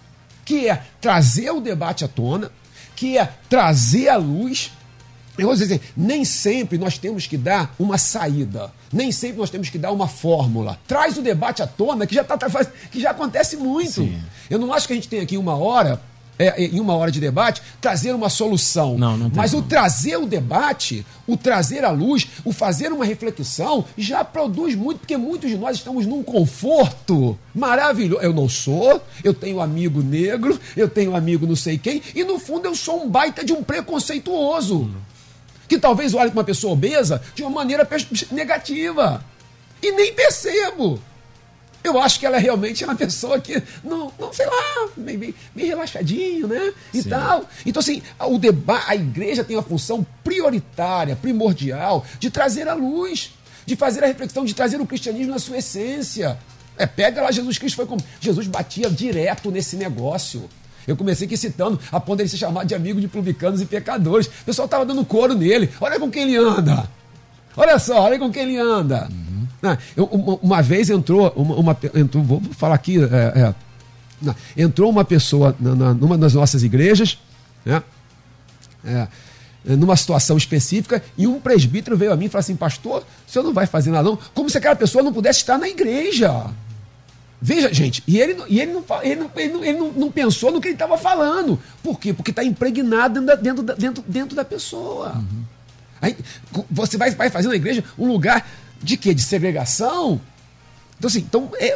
que é trazer o debate à tona, que é trazer à luz. Eu vou dizer, nem sempre nós temos que dar uma saída, nem sempre nós temos que dar uma fórmula. Traz o debate à tona, que já, tá, que já acontece muito. Sim. Eu não acho que a gente tem aqui uma hora, é, em uma hora de debate, trazer uma solução. Não, não tem Mas como. o trazer o debate, o trazer à luz, o fazer uma reflexão, já produz muito, porque muitos de nós estamos num conforto maravilhoso. Eu não sou, eu tenho amigo negro, eu tenho amigo não sei quem, e no fundo eu sou um baita de um preconceituoso. Hum. Que talvez olhe para uma pessoa obesa de uma maneira negativa. E nem percebo. Eu acho que ela realmente é uma pessoa que, não, não sei lá, bem, bem, bem relaxadinho, né? E Sim. tal. Então, assim, o deba- a igreja tem uma função prioritária, primordial, de trazer a luz, de fazer a reflexão, de trazer o cristianismo na sua essência. É, pega lá, Jesus Cristo foi como... Jesus batia direto nesse negócio. Eu comecei aqui citando a ponto dele ser chamado de amigo de publicanos e pecadores. O pessoal estava dando couro nele. Olha com quem ele anda. Olha só, olha com quem ele anda. Uhum. Ah, eu, uma, uma vez entrou, uma, uma, entrou, vou falar aqui, é, é, não, entrou uma pessoa na, na, numa das nossas igrejas, né, é, numa situação específica, e um presbítero veio a mim e falou assim, pastor, o senhor não vai fazer nada não? Como se aquela pessoa não pudesse estar na igreja. Veja, gente, e ele, e ele, não, ele, não, ele, não, ele não, não pensou no que ele estava falando. Por quê? Porque está impregnado dentro, dentro, dentro, dentro da pessoa. Uhum. Aí, você vai, vai fazer na igreja um lugar de quê? De segregação? Então, assim, então, é,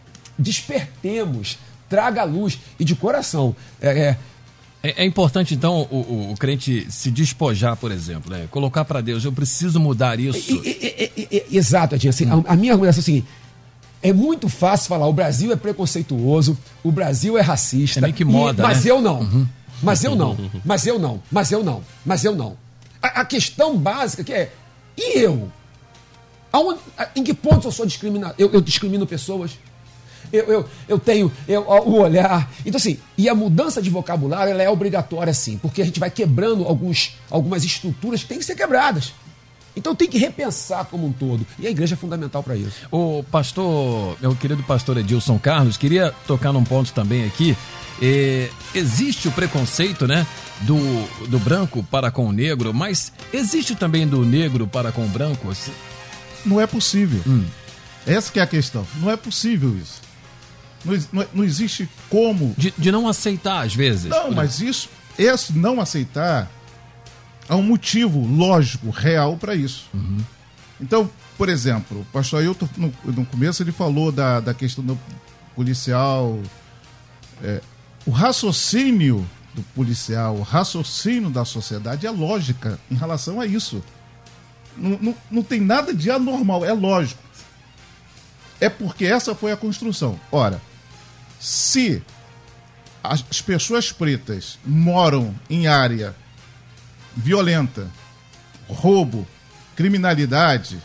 despertemos, traga a luz e de coração. É, é, é, é importante, então, o, o, o crente se despojar, por exemplo, né? Colocar para Deus, eu preciso mudar isso. É, é, é, é, exato, Adinha. Assim, hum. a, a minha argumentação é a seguinte. É muito fácil falar, o Brasil é preconceituoso, o Brasil é racista. É meio que moda, e, mas né? eu não. Uhum. Mas eu não. Mas eu não. Mas eu não. Mas eu não. A, a questão básica que é, e eu? Aonde, a, em que ponto eu sou discriminado? Eu, eu discrimino pessoas? Eu, eu, eu tenho eu, o olhar... Então, assim, e a mudança de vocabulário ela é obrigatória, sim, porque a gente vai quebrando alguns, algumas estruturas que têm que ser quebradas. Então tem que repensar como um todo. E a igreja é fundamental para isso. O pastor, meu querido pastor Edilson Carlos, queria tocar num ponto também aqui. É, existe o preconceito, né, do, do branco para com o negro, mas existe também do negro para com o branco? Não é possível. Hum. Essa que é a questão. Não é possível isso. Não, não, não existe como... De, de não aceitar, às vezes. Não, mas isso, esse não aceitar... Há um motivo lógico, real para isso. Uhum. Então, por exemplo, o pastor Ailton, no, no começo, ele falou da, da questão do policial. É, o raciocínio do policial, o raciocínio da sociedade é lógica em relação a isso. Não, não, não tem nada de anormal, é lógico. É porque essa foi a construção. Ora, se as pessoas pretas moram em área violenta, roubo, criminalidade,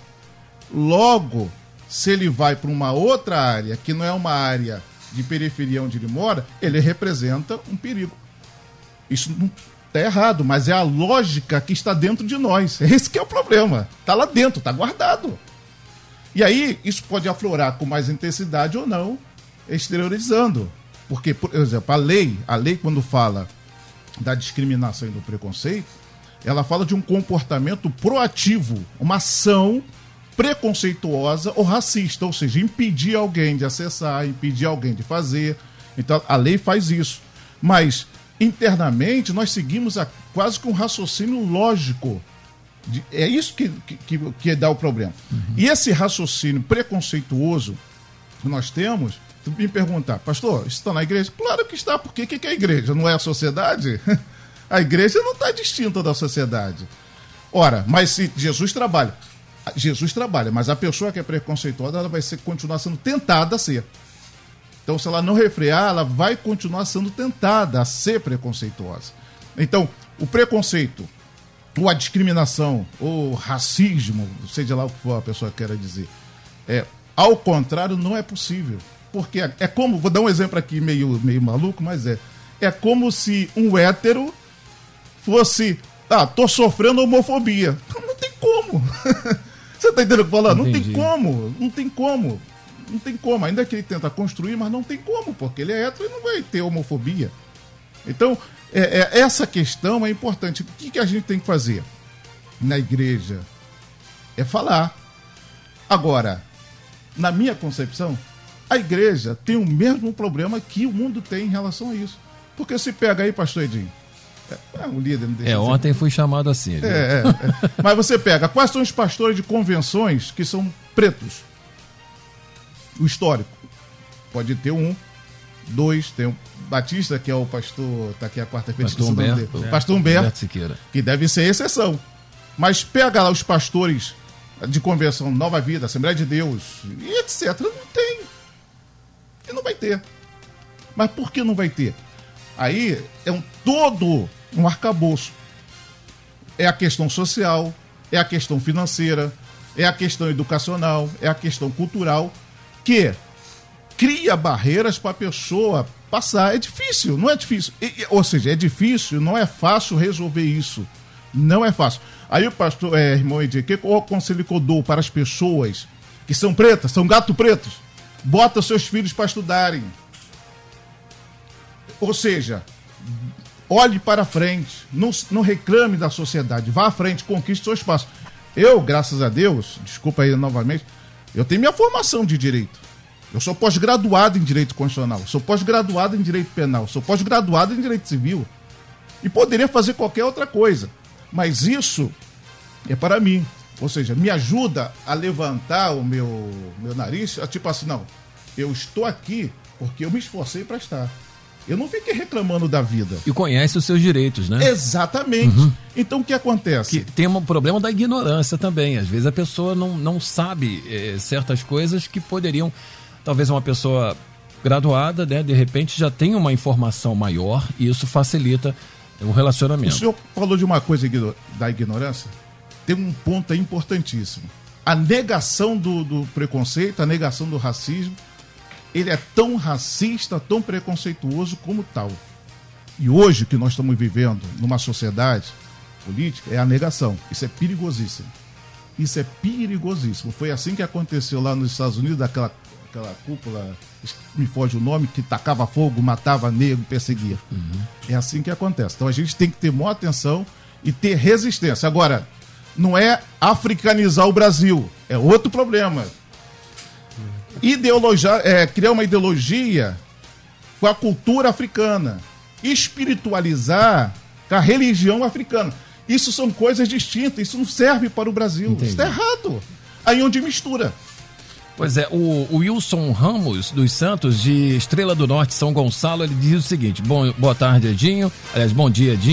logo, se ele vai para uma outra área, que não é uma área de periferia onde ele mora, ele representa um perigo. Isso não está errado, mas é a lógica que está dentro de nós. Esse que é o problema. Está lá dentro, está guardado. E aí, isso pode aflorar com mais intensidade ou não, exteriorizando. Porque, por exemplo, a lei, a lei quando fala da discriminação e do preconceito, ela fala de um comportamento proativo, uma ação preconceituosa ou racista, ou seja, impedir alguém de acessar, impedir alguém de fazer. Então, a lei faz isso. Mas, internamente, nós seguimos a, quase que um raciocínio lógico. De, é isso que, que, que dá o problema. Uhum. E esse raciocínio preconceituoso que nós temos, tu me perguntar, pastor, isso está na igreja? Claro que está, porque o que, que é a igreja? Não é a sociedade? A igreja não está distinta da sociedade. Ora, mas se Jesus trabalha, Jesus trabalha, mas a pessoa que é preconceituosa, ela vai ser, continuar sendo tentada a ser. Então, se ela não refrear, ela vai continuar sendo tentada a ser preconceituosa. Então, o preconceito, ou a discriminação, ou racismo, seja lá o que for a pessoa queira dizer, é, ao contrário, não é possível. Porque é, é como, vou dar um exemplo aqui meio, meio maluco, mas é, é como se um hétero fosse, ah, tô sofrendo homofobia. Não tem como. Você tá entendendo o que eu falo? Não tem como, não tem como. Não tem como, ainda que ele tenta construir, mas não tem como, porque ele é hétero e não vai ter homofobia. Então, é, é, essa questão é importante. O que, que a gente tem que fazer na igreja? É falar. Agora, na minha concepção, a igreja tem o mesmo problema que o mundo tem em relação a isso. Porque se pega aí, pastor Edinho, é um líder. Não deixa é, ontem fui chamado assim. É, é, é. Mas você pega, quais são os pastores de convenções que são pretos? O histórico. Pode ter um, dois, tem o Batista, que é o pastor, tá aqui a quarta-feira. Pastor Humberto. Dele. Pastor Humberto, Humberto Siqueira. Que deve ser exceção. Mas pega lá os pastores de convenção Nova Vida, Assembleia de Deus, e etcétera. Não tem. E não vai ter. Mas por que não vai ter? Aí é um todo um arcabouço. É a questão social, é a questão financeira, é a questão educacional, é a questão cultural, que cria barreiras para a pessoa passar. É difícil, não é difícil. E, ou seja, é difícil, não é fácil resolver isso. Não é fácil. Aí o pastor, é, irmão Edir, que qual o conselho que eu dou para as pessoas que são pretas, são gato pretos? Bota seus filhos para estudarem. Ou seja, olhe para frente, não, não reclame da sociedade, vá à frente, conquiste seu espaço. Eu, graças a Deus, desculpa aí novamente, eu tenho minha formação de direito. Eu sou pós-graduado em direito constitucional, sou pós-graduado em direito penal, sou pós-graduado em direito civil. E poderia fazer qualquer outra coisa. Mas isso é para mim. Ou seja, me ajuda a levantar o meu, meu nariz, tipo assim, não, eu estou aqui porque eu me esforcei para estar. Eu não fiquei reclamando da vida. E conhece os seus direitos, né? Exatamente. Uhum. Então, o que acontece? Que tem um problema da ignorância também. Às vezes a pessoa não, não sabe é, certas coisas que poderiam... Talvez uma pessoa graduada, né, de repente já tem uma informação maior e isso facilita o relacionamento. O senhor falou de uma coisa da ignorância. Tem um ponto aí importantíssimo. A negação do, do preconceito, a negação do racismo, ele é tão racista, tão preconceituoso como tal. E hoje, que nós estamos vivendo numa sociedade política, é a negação. Isso é perigosíssimo. Isso é perigosíssimo. Foi assim que aconteceu lá nos Estados Unidos, daquela aquela cúpula, me foge o nome, que tacava fogo, matava negro, perseguia. Uhum. É assim que acontece. Então a gente tem que ter maior atenção e ter resistência. Agora, não é africanizar o Brasil, é outro problema. Ideologia, é, criar uma ideologia com a cultura africana, espiritualizar com a religião africana. Isso são coisas distintas, isso não serve para o Brasil. Entendi. Isso está errado. Aí onde mistura. Pois é, o, o Wilson Ramos dos Santos, de Estrela do Norte, São Gonçalo, ele diz o seguinte: bom, boa tarde, Edinho. Aliás, bom dia, Edinho.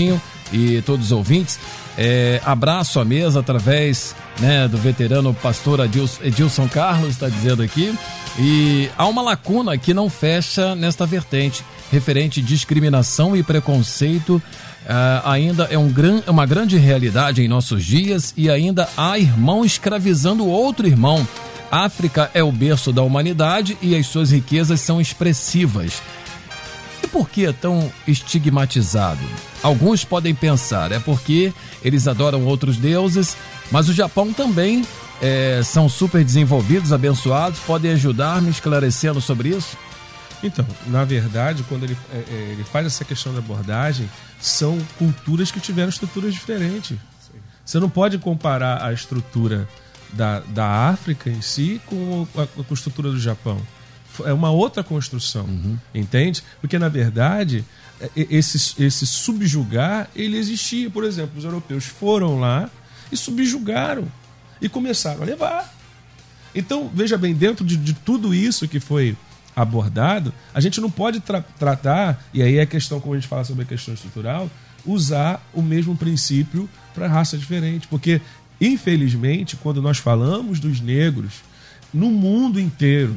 e todos os ouvintes. É, abraço à mesa através, né, do veterano pastor Edilson, Edilson Carlos, está dizendo aqui. E há uma lacuna que não fecha nesta vertente, referente discriminação e preconceito. Uh, ainda é um gran, uma grande realidade em nossos dias e ainda há irmão escravizando outro irmão. África é o berço da humanidade e as suas riquezas são expressivas. E por que é tão estigmatizado? Alguns podem pensar, é porque eles adoram outros deuses, mas o Japão também é, são super desenvolvidos, abençoados. Podem ajudar me esclarecendo sobre isso? Então, na verdade, quando ele, é, ele faz essa questão da abordagem, são culturas que tiveram estruturas diferentes. Você não pode comparar a estrutura da, da África em si com a, com a estrutura do Japão. É uma outra construção, uhum. Entende? Porque, na verdade, esse, esse subjugar, ele existia. Por exemplo, os europeus foram lá e subjugaram e começaram a levar. Então, veja bem, dentro de, de tudo isso que foi abordado, a gente não pode tra- tratar, e aí é a questão, como a gente fala sobre a questão estrutural, usar o mesmo princípio para raça diferente, porque infelizmente quando nós falamos dos negros no mundo inteiro,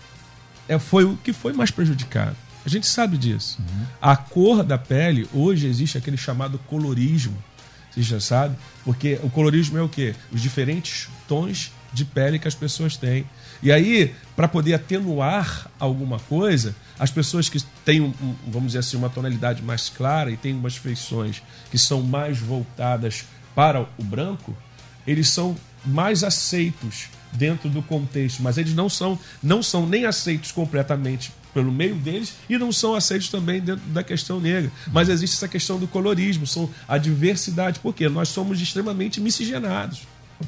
é, foi o que foi mais prejudicado. A gente sabe disso. Uhum. A cor da pele, hoje existe aquele chamado colorismo, você já sabe, porque o colorismo é o quê? Os diferentes tons de pele que as pessoas têm. E aí, para poder atenuar alguma coisa, as pessoas que têm, um, vamos dizer assim, uma tonalidade mais clara e têm umas feições que são mais voltadas para o branco, eles são mais aceitos dentro do contexto, mas eles não são, não são nem aceitos completamente pelo meio deles e não são aceitos também dentro da questão negra. Mas existe essa questão do colorismo, são a diversidade, porque nós somos extremamente miscigenados.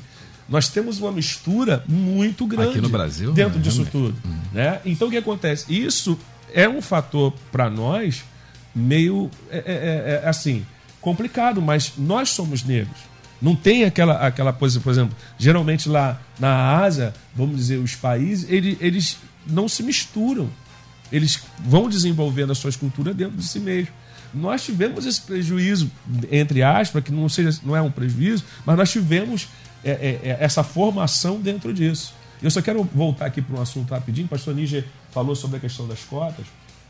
Nós temos uma mistura muito grande aqui no Brasil, dentro né? disso tudo. Hum. Né? Então, o que acontece? Isso é um fator, para nós, meio, é, é, é, assim, complicado, mas nós somos negros. Não tem aquela, aquela coisa, por exemplo, geralmente lá na Ásia, vamos dizer, os países, eles, eles não se misturam. Eles vão desenvolvendo as suas culturas dentro de si mesmo. Nós tivemos esse prejuízo, entre aspas, que não, seja, não é um prejuízo, mas nós tivemos É, é, é essa formação dentro disso. Eu só quero voltar aqui para um assunto rapidinho. O pastor Níger falou sobre a questão das cotas.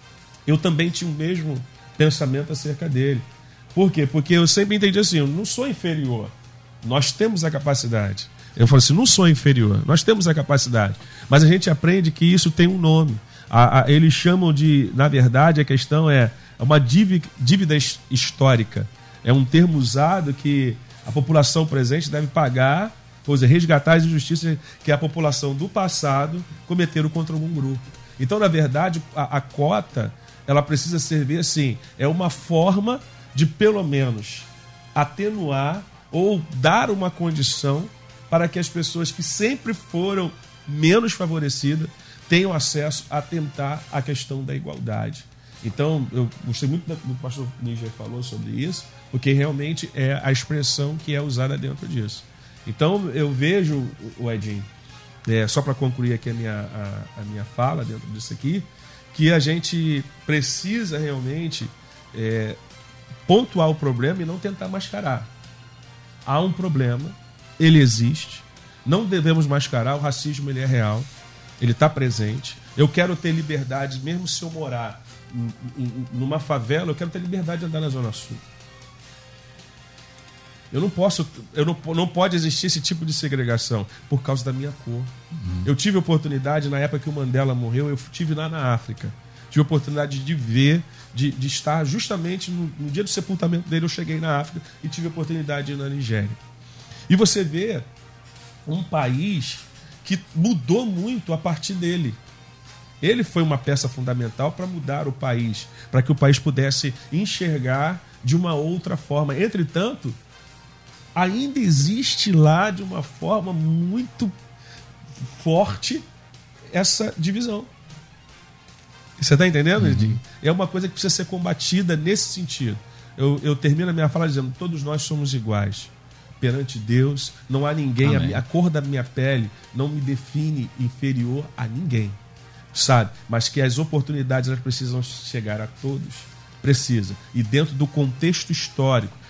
Eu também tinha o mesmo pensamento acerca dele. Por quê? Porque eu sempre entendi assim, eu não sou inferior, nós temos a capacidade. Eu falo assim, não sou inferior, nós temos a capacidade. Mas a gente aprende que isso tem um nome. A, a, eles chamam de, na verdade, a questão é uma dívida, dívida histórica. É um termo usado que a população presente deve pagar, ou seja, resgatar as injustiças que a população do passado cometeram contra algum grupo. Então, na verdade, a, a cota, ela precisa servir assim, é uma forma de, pelo menos, atenuar ou dar uma condição para que as pessoas que sempre foram menos favorecidas tenham acesso a tentar a questão da igualdade. Então, eu gostei muito do que o pastor Níger falou sobre isso, porque realmente é a expressão que é usada dentro disso. Então, eu vejo, o Edinho, é, só para concluir aqui a minha, a, a minha fala dentro disso aqui, que a gente precisa realmente é, pontuar o problema e não tentar mascarar. Há um problema, ele existe, não devemos mascarar, o racismo ele é real, ele está presente. Eu quero ter liberdade, mesmo se eu morar numa favela, eu quero ter liberdade de andar na Zona Sul. Eu não posso, eu não, não pode existir esse tipo de segregação por causa da minha cor. Uhum. Eu tive oportunidade, na época que o Mandela morreu, eu estive lá na África. Tive oportunidade de ver, de, de estar justamente no, no dia do sepultamento dele, eu cheguei na África e tive oportunidade de ir na Nigéria. E você vê um país que mudou muito a partir dele. Ele foi uma peça fundamental para mudar o país, para que o país pudesse enxergar de uma outra forma. Entretanto, ainda existe lá de uma forma muito forte essa divisão. Você está entendendo, Edinho? Uhum. É uma coisa que precisa ser combatida nesse sentido. Eu, eu termino a minha fala dizendo, todos nós somos iguais perante Deus, não há ninguém, a, a cor da minha pele não me define inferior a ninguém. Sabe? Mas que as oportunidades elas precisam chegar a todos. Precisa. E dentro do contexto histórico,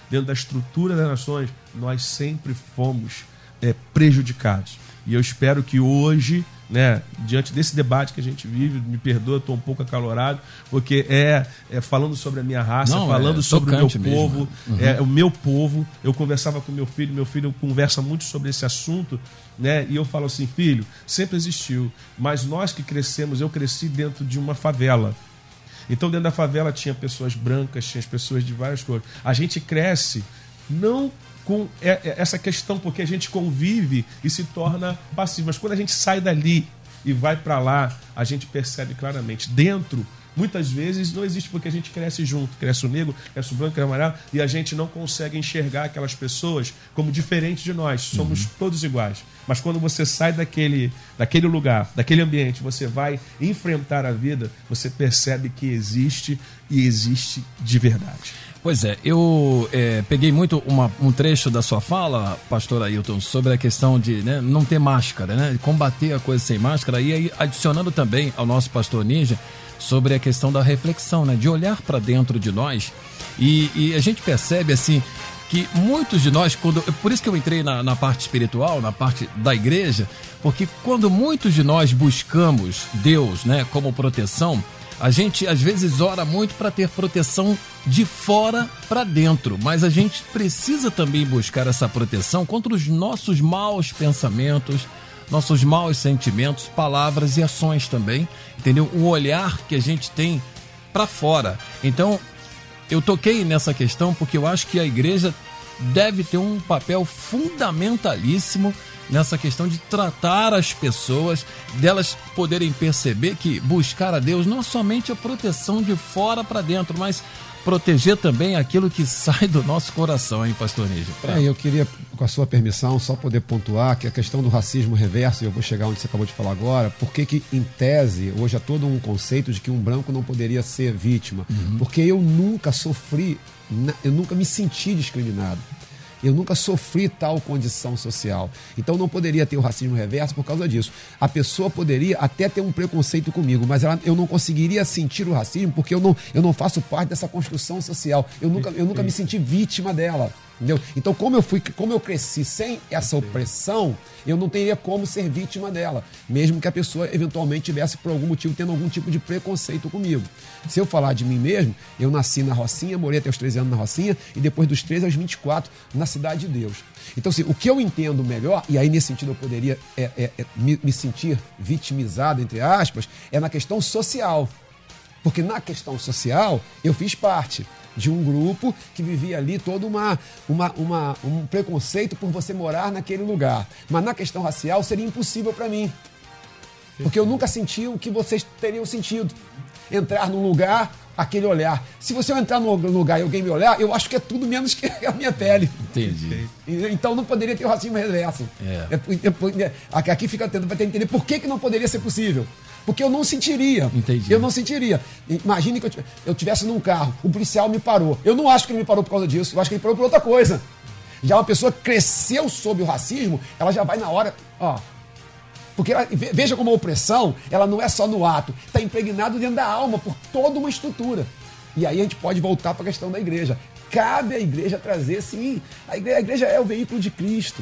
dentro da estrutura das nações, nós sempre fomos é, prejudicados. E eu espero que hoje, né, diante desse debate que a gente vive, me perdoa, estou um pouco acalorado, porque é, é falando sobre a minha raça, Não, falando é sobre o meu povo, uhum. é o meu povo. Eu conversava com meu filho, meu filho conversa muito sobre esse assunto, né, e eu falo assim, filho, sempre existiu, mas nós que crescemos, eu cresci dentro de uma favela. Então dentro da favela tinha pessoas brancas, tinha as pessoas de várias cores. A gente cresce não com essa questão, porque a gente convive e se torna passivo. Mas quando a gente sai dali e vai para lá, a gente percebe claramente. Dentro, muitas vezes, não existe, porque a gente cresce junto. Cresce o negro, cresce o branco, cresce o amarelo, e a gente não consegue enxergar aquelas pessoas como diferentes de nós. Somos uhum. todos iguais. Mas quando você sai daquele, daquele lugar, daquele ambiente, você vai enfrentar a vida, você percebe que existe e existe de verdade. Pois é, eu é, peguei muito uma, um trecho da sua fala, pastor Ailton, sobre a questão de, né, não ter máscara, né, de combater a coisa sem máscara, e aí adicionando também ao nosso pastor Ninja sobre a questão da reflexão, né, de olhar para dentro de nós, e, e a gente percebe assim que muitos de nós, quando, por isso que eu entrei na, na parte espiritual, na parte da igreja, porque quando muitos de nós buscamos Deus, né, como proteção, a gente às vezes ora muito para ter proteção de fora para dentro, mas a gente precisa também buscar essa proteção contra os nossos maus pensamentos, nossos maus sentimentos, palavras e ações também, entendeu? O olhar que a gente tem para fora. Então, eu toquei nessa questão porque eu acho que a igreja deve ter um papel fundamentalíssimo nessa questão de tratar as pessoas, delas poderem perceber que buscar a Deus não é somente a proteção de fora para dentro, mas proteger também aquilo que sai do nosso coração, hein, pastor Níger? É, eu queria, com a sua permissão, só poder pontuar que a questão do racismo reverso, e eu vou chegar onde você acabou de falar agora, porque que, em tese, hoje há todo um conceito de que um branco não poderia ser vítima, uhum. porque eu nunca sofri, eu nunca me senti discriminado. Eu nunca sofri tal condição social. Então não poderia ter o racismo reverso por causa disso. A pessoa poderia até ter um preconceito comigo, mas ela, eu não conseguiria sentir o racismo porque eu não, eu não faço parte dessa construção social. Eu nunca, eu nunca me senti vítima dela. Entendeu? Então, como eu, fui, como eu cresci sem essa opressão, eu não teria como ser vítima dela, mesmo que a pessoa eventualmente tivesse, por algum motivo, tendo algum tipo de preconceito comigo. Se eu falar de mim mesmo, eu nasci na Rocinha, morei até os treze anos na Rocinha, e depois dos treze aos vinte e quatro, na Cidade de Deus. Então, assim, o que eu entendo melhor, e aí nesse sentido eu poderia é, é, é, me, me sentir vitimizado, entre aspas, é na questão social. Porque na questão social, eu fiz parte de um grupo que vivia ali todo uma, uma, uma, um preconceito por você morar naquele lugar. Mas na questão racial seria impossível para mim. Porque eu nunca senti o que vocês teriam sentido. Entrar num lugar, aquele olhar. Se você entrar num lugar e alguém me olhar, eu acho que é tudo menos que a minha pele. Entendi. Então não poderia ter o racismo reverso. É. É, é, aqui fica atento para entender por que, que não poderia ser possível. Porque eu não sentiria. Entendi. Eu não sentiria. Imagine que eu estivesse num carro, o policial me parou. Eu não acho que ele me parou por causa disso, eu acho que ele parou por outra coisa. Já uma pessoa que cresceu sob o racismo, ela já vai na hora, ó. Porque ela, veja como a opressão, ela não é só no ato, está impregnado dentro da alma por toda uma estrutura. E aí a gente pode voltar para a questão da igreja. Cabe à igreja trazer, sim, a igreja, a igreja é o veículo de Cristo.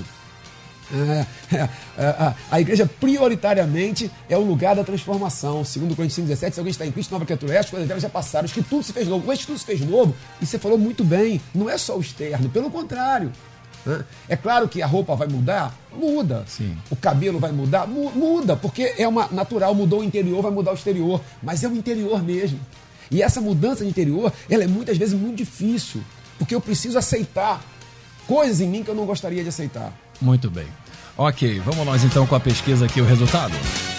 É, é, é, a igreja prioritariamente é o lugar da transformação. Segundo Coríntios cinco, dezessete, se alguém está em Cristo, nova criatura é, as coisas velhas já passaram, os que tudo se fez novo. Mas tudo se fez novo, e você falou muito bem, não é só o externo, pelo contrário. Né? É claro que a roupa vai mudar, muda. Sim. O cabelo vai mudar, mu- muda, porque é uma natural, mudou o interior, vai mudar o exterior, mas é o interior mesmo. E essa mudança de interior, ela é muitas vezes muito difícil, porque eu preciso aceitar coisas em mim que eu não gostaria de aceitar. Muito bem. Ok, vamos nós então com a pesquisa aqui, o resultado.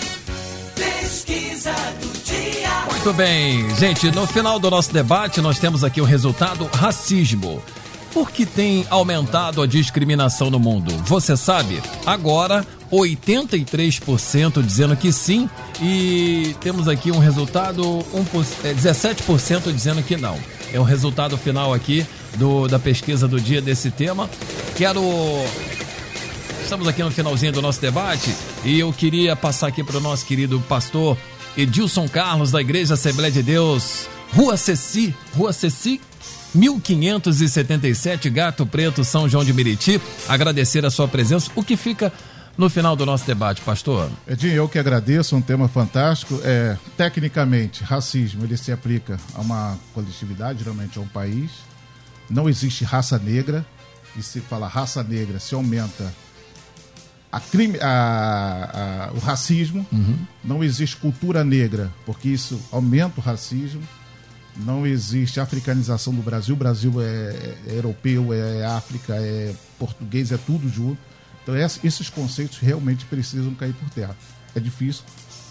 Pesquisa do dia. Muito bem, gente, no final do nosso debate nós temos aqui o resultado racismo. Por que tem aumentado a discriminação no mundo? Você sabe? Agora, oitenta e três por cento dizendo que sim e temos aqui um resultado, um, é, dezessete por cento dizendo que não. É o resultado final aqui do, da pesquisa do dia desse tema. Quero... Estamos aqui no finalzinho do nosso debate e eu queria passar aqui para o nosso querido pastor Edilson Carlos, da Igreja Assembleia de Deus, Rua Ceci, Rua Ceci, mil quinhentos e setenta e sete, Gato Preto, São João de Meriti. Agradecer a sua presença. O que fica no final do nosso debate, pastor? Edinho, eu que agradeço, um tema fantástico. É, tecnicamente, racismo ele se aplica a uma coletividade, geralmente a um país. Não existe raça negra. E se fala raça negra, se aumenta a crime, a, a, o racismo. Uhum. Não existe cultura negra, porque isso aumenta o racismo. Não existe africanização do Brasil. O Brasil é, é europeu, é África, é português, é tudo junto. Então esses conceitos realmente precisam cair por terra. É difícil,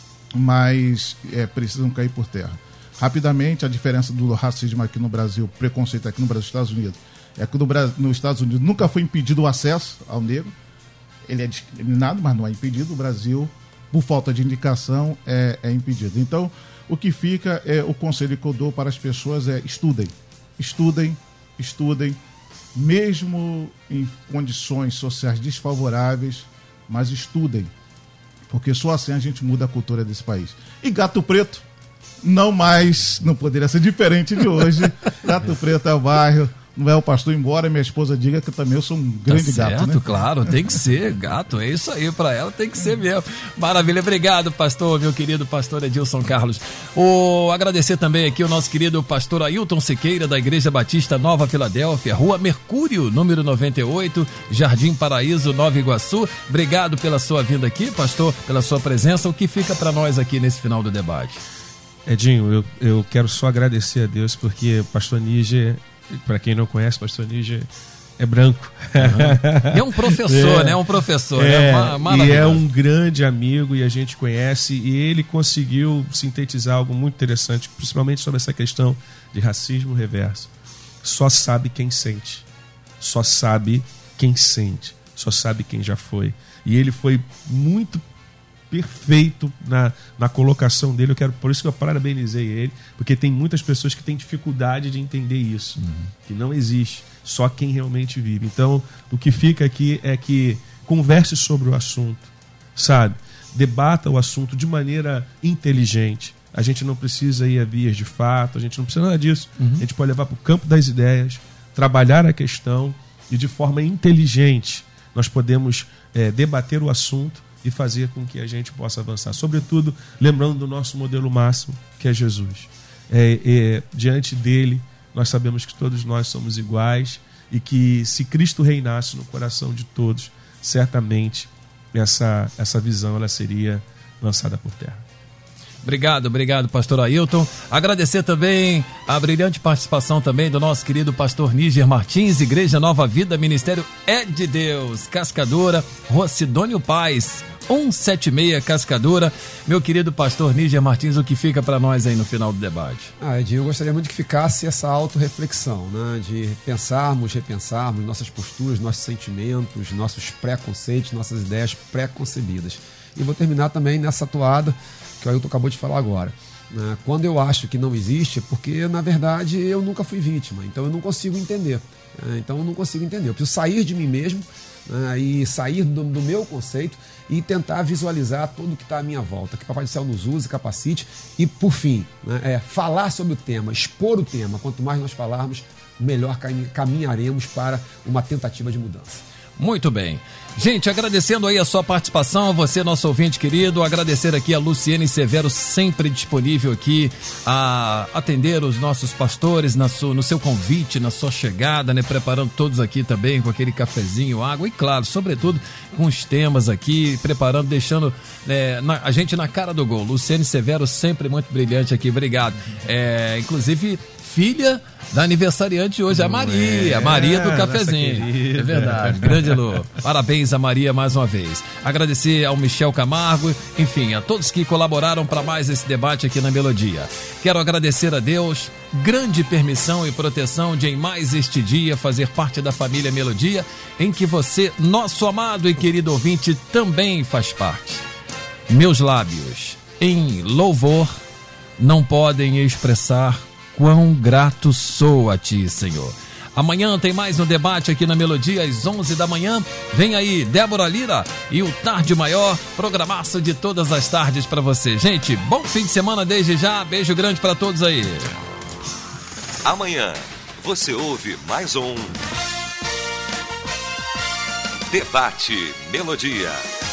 mas é, precisam cair por terra. Rapidamente, a diferença do racismo aqui no Brasil, preconceito aqui no Brasil e Estados Unidos, é que no Brasil, nos Estados Unidos nunca foi impedido o acesso ao negro. Ele é discriminado, mas não é impedido. O Brasil, por falta de indicação, é, é impedido. Então, o que fica é o conselho que eu dou para as pessoas é estudem, estudem, estudem, mesmo em condições sociais desfavoráveis, mas estudem, porque só assim a gente muda a cultura desse país. E Gato Preto, não mais, não poderia ser diferente de hoje. Gato Preto é o bairro, não é o pastor, embora minha esposa diga que também eu sou um grande tá certo, gato, né? Claro, tem que ser gato, é isso aí, para ela tem que ser mesmo. Maravilha, obrigado, pastor, meu querido pastor Edilson Carlos. O, agradecer também aqui o nosso querido pastor Ailton Siqueira, da Igreja Batista Nova Filadélfia, Rua Mercúrio, número noventa e oito, Jardim Paraíso, Nova Iguaçu. Obrigado pela sua vinda aqui, pastor, pela sua presença. O que fica para nós aqui nesse final do debate? Edinho, eu, eu quero só agradecer a Deus, porque o pastor Níger, para quem não conhece, o pastor Níger é branco. Uhum. E é um professor, é, né? Um professor, é, né? E é um grande amigo e a gente conhece, e ele conseguiu sintetizar algo muito interessante, principalmente sobre essa questão de racismo reverso. Só sabe quem sente. Só sabe quem sente. Só sabe quem já foi. E ele foi muito perfeito na, na colocação dele. Eu quero, por isso que eu parabenizei ele, porque tem muitas pessoas que têm dificuldade de entender isso, uhum. que não existe, só quem realmente vive. Então, o que fica aqui é que converse sobre o assunto, sabe? Debata o assunto de maneira inteligente. A gente não precisa ir a vias de fato, a gente não precisa nada disso. Uhum. A gente pode levar para o campo das ideias, trabalhar a questão e de forma inteligente nós podemos é, debater o assunto e fazer com que a gente possa avançar. Sobretudo, lembrando do nosso modelo máximo, que é Jesus. É, é, diante dele, nós sabemos que todos nós somos iguais e que se Cristo reinasse no coração de todos, certamente essa, essa visão ela seria lançada por terra. Obrigado, obrigado, pastor Ailton. Agradecer também a brilhante participação também do nosso querido pastor Níger Martins, Igreja Nova Vida, Ministério É de Deus, Cascadura, Rua Sidônio Paz, cento e setenta e seis, Cascadura. Meu querido pastor Níger Martins, o que fica para nós aí no final do debate? Ah, Edinho, eu gostaria muito que ficasse essa autorreflexão, né? De pensarmos, repensarmos nossas posturas, nossos sentimentos, nossos preconceitos, nossas ideias pré-concebidas. E vou terminar também nessa toada que o Ailton acabou de falar agora. Quando eu acho que não existe, é porque, na verdade, eu nunca fui vítima, então eu não consigo entender. Então eu não consigo entender. Eu preciso sair de mim mesmo, né, e sair do, do meu conceito e tentar visualizar tudo que está à minha volta. Que Papai do Céu nos use, capacite e, por fim, né, é, falar sobre o tema, expor o tema. Quanto mais nós falarmos, melhor caminharemos para uma tentativa de mudança. Muito bem. Gente, agradecendo aí a sua participação, você, nosso ouvinte querido, agradecer aqui a Luciene Severo, sempre disponível aqui a atender os nossos pastores na sua, no seu convite, na sua chegada, né? Preparando todos aqui também com aquele cafezinho, água e, claro, sobretudo com os temas aqui, preparando, deixando é, na, a gente na cara do gol. Luciene Severo, sempre muito brilhante aqui, obrigado. É, inclusive, filha da aniversariante hoje, a Maria, é, Maria do cafezinho. É verdade, grande Lu. Parabéns a Maria mais uma vez. Agradecer ao Michel Camargo, enfim, a todos que colaboraram para mais esse debate aqui na Melodia. Quero agradecer a Deus, grande permissão e proteção de em mais este dia fazer parte da família Melodia, em que você, nosso amado e querido ouvinte, também faz parte. Meus lábios, em louvor, não podem expressar quão grato sou a ti, Senhor. Amanhã tem mais um debate aqui na Melodia, às onze da manhã. Vem aí, Débora Lira e o Tarde Maior, programaço de todas as tardes para você. Gente, bom fim de semana desde já. Beijo grande para todos aí. Amanhã você ouve mais um Debate Melodia.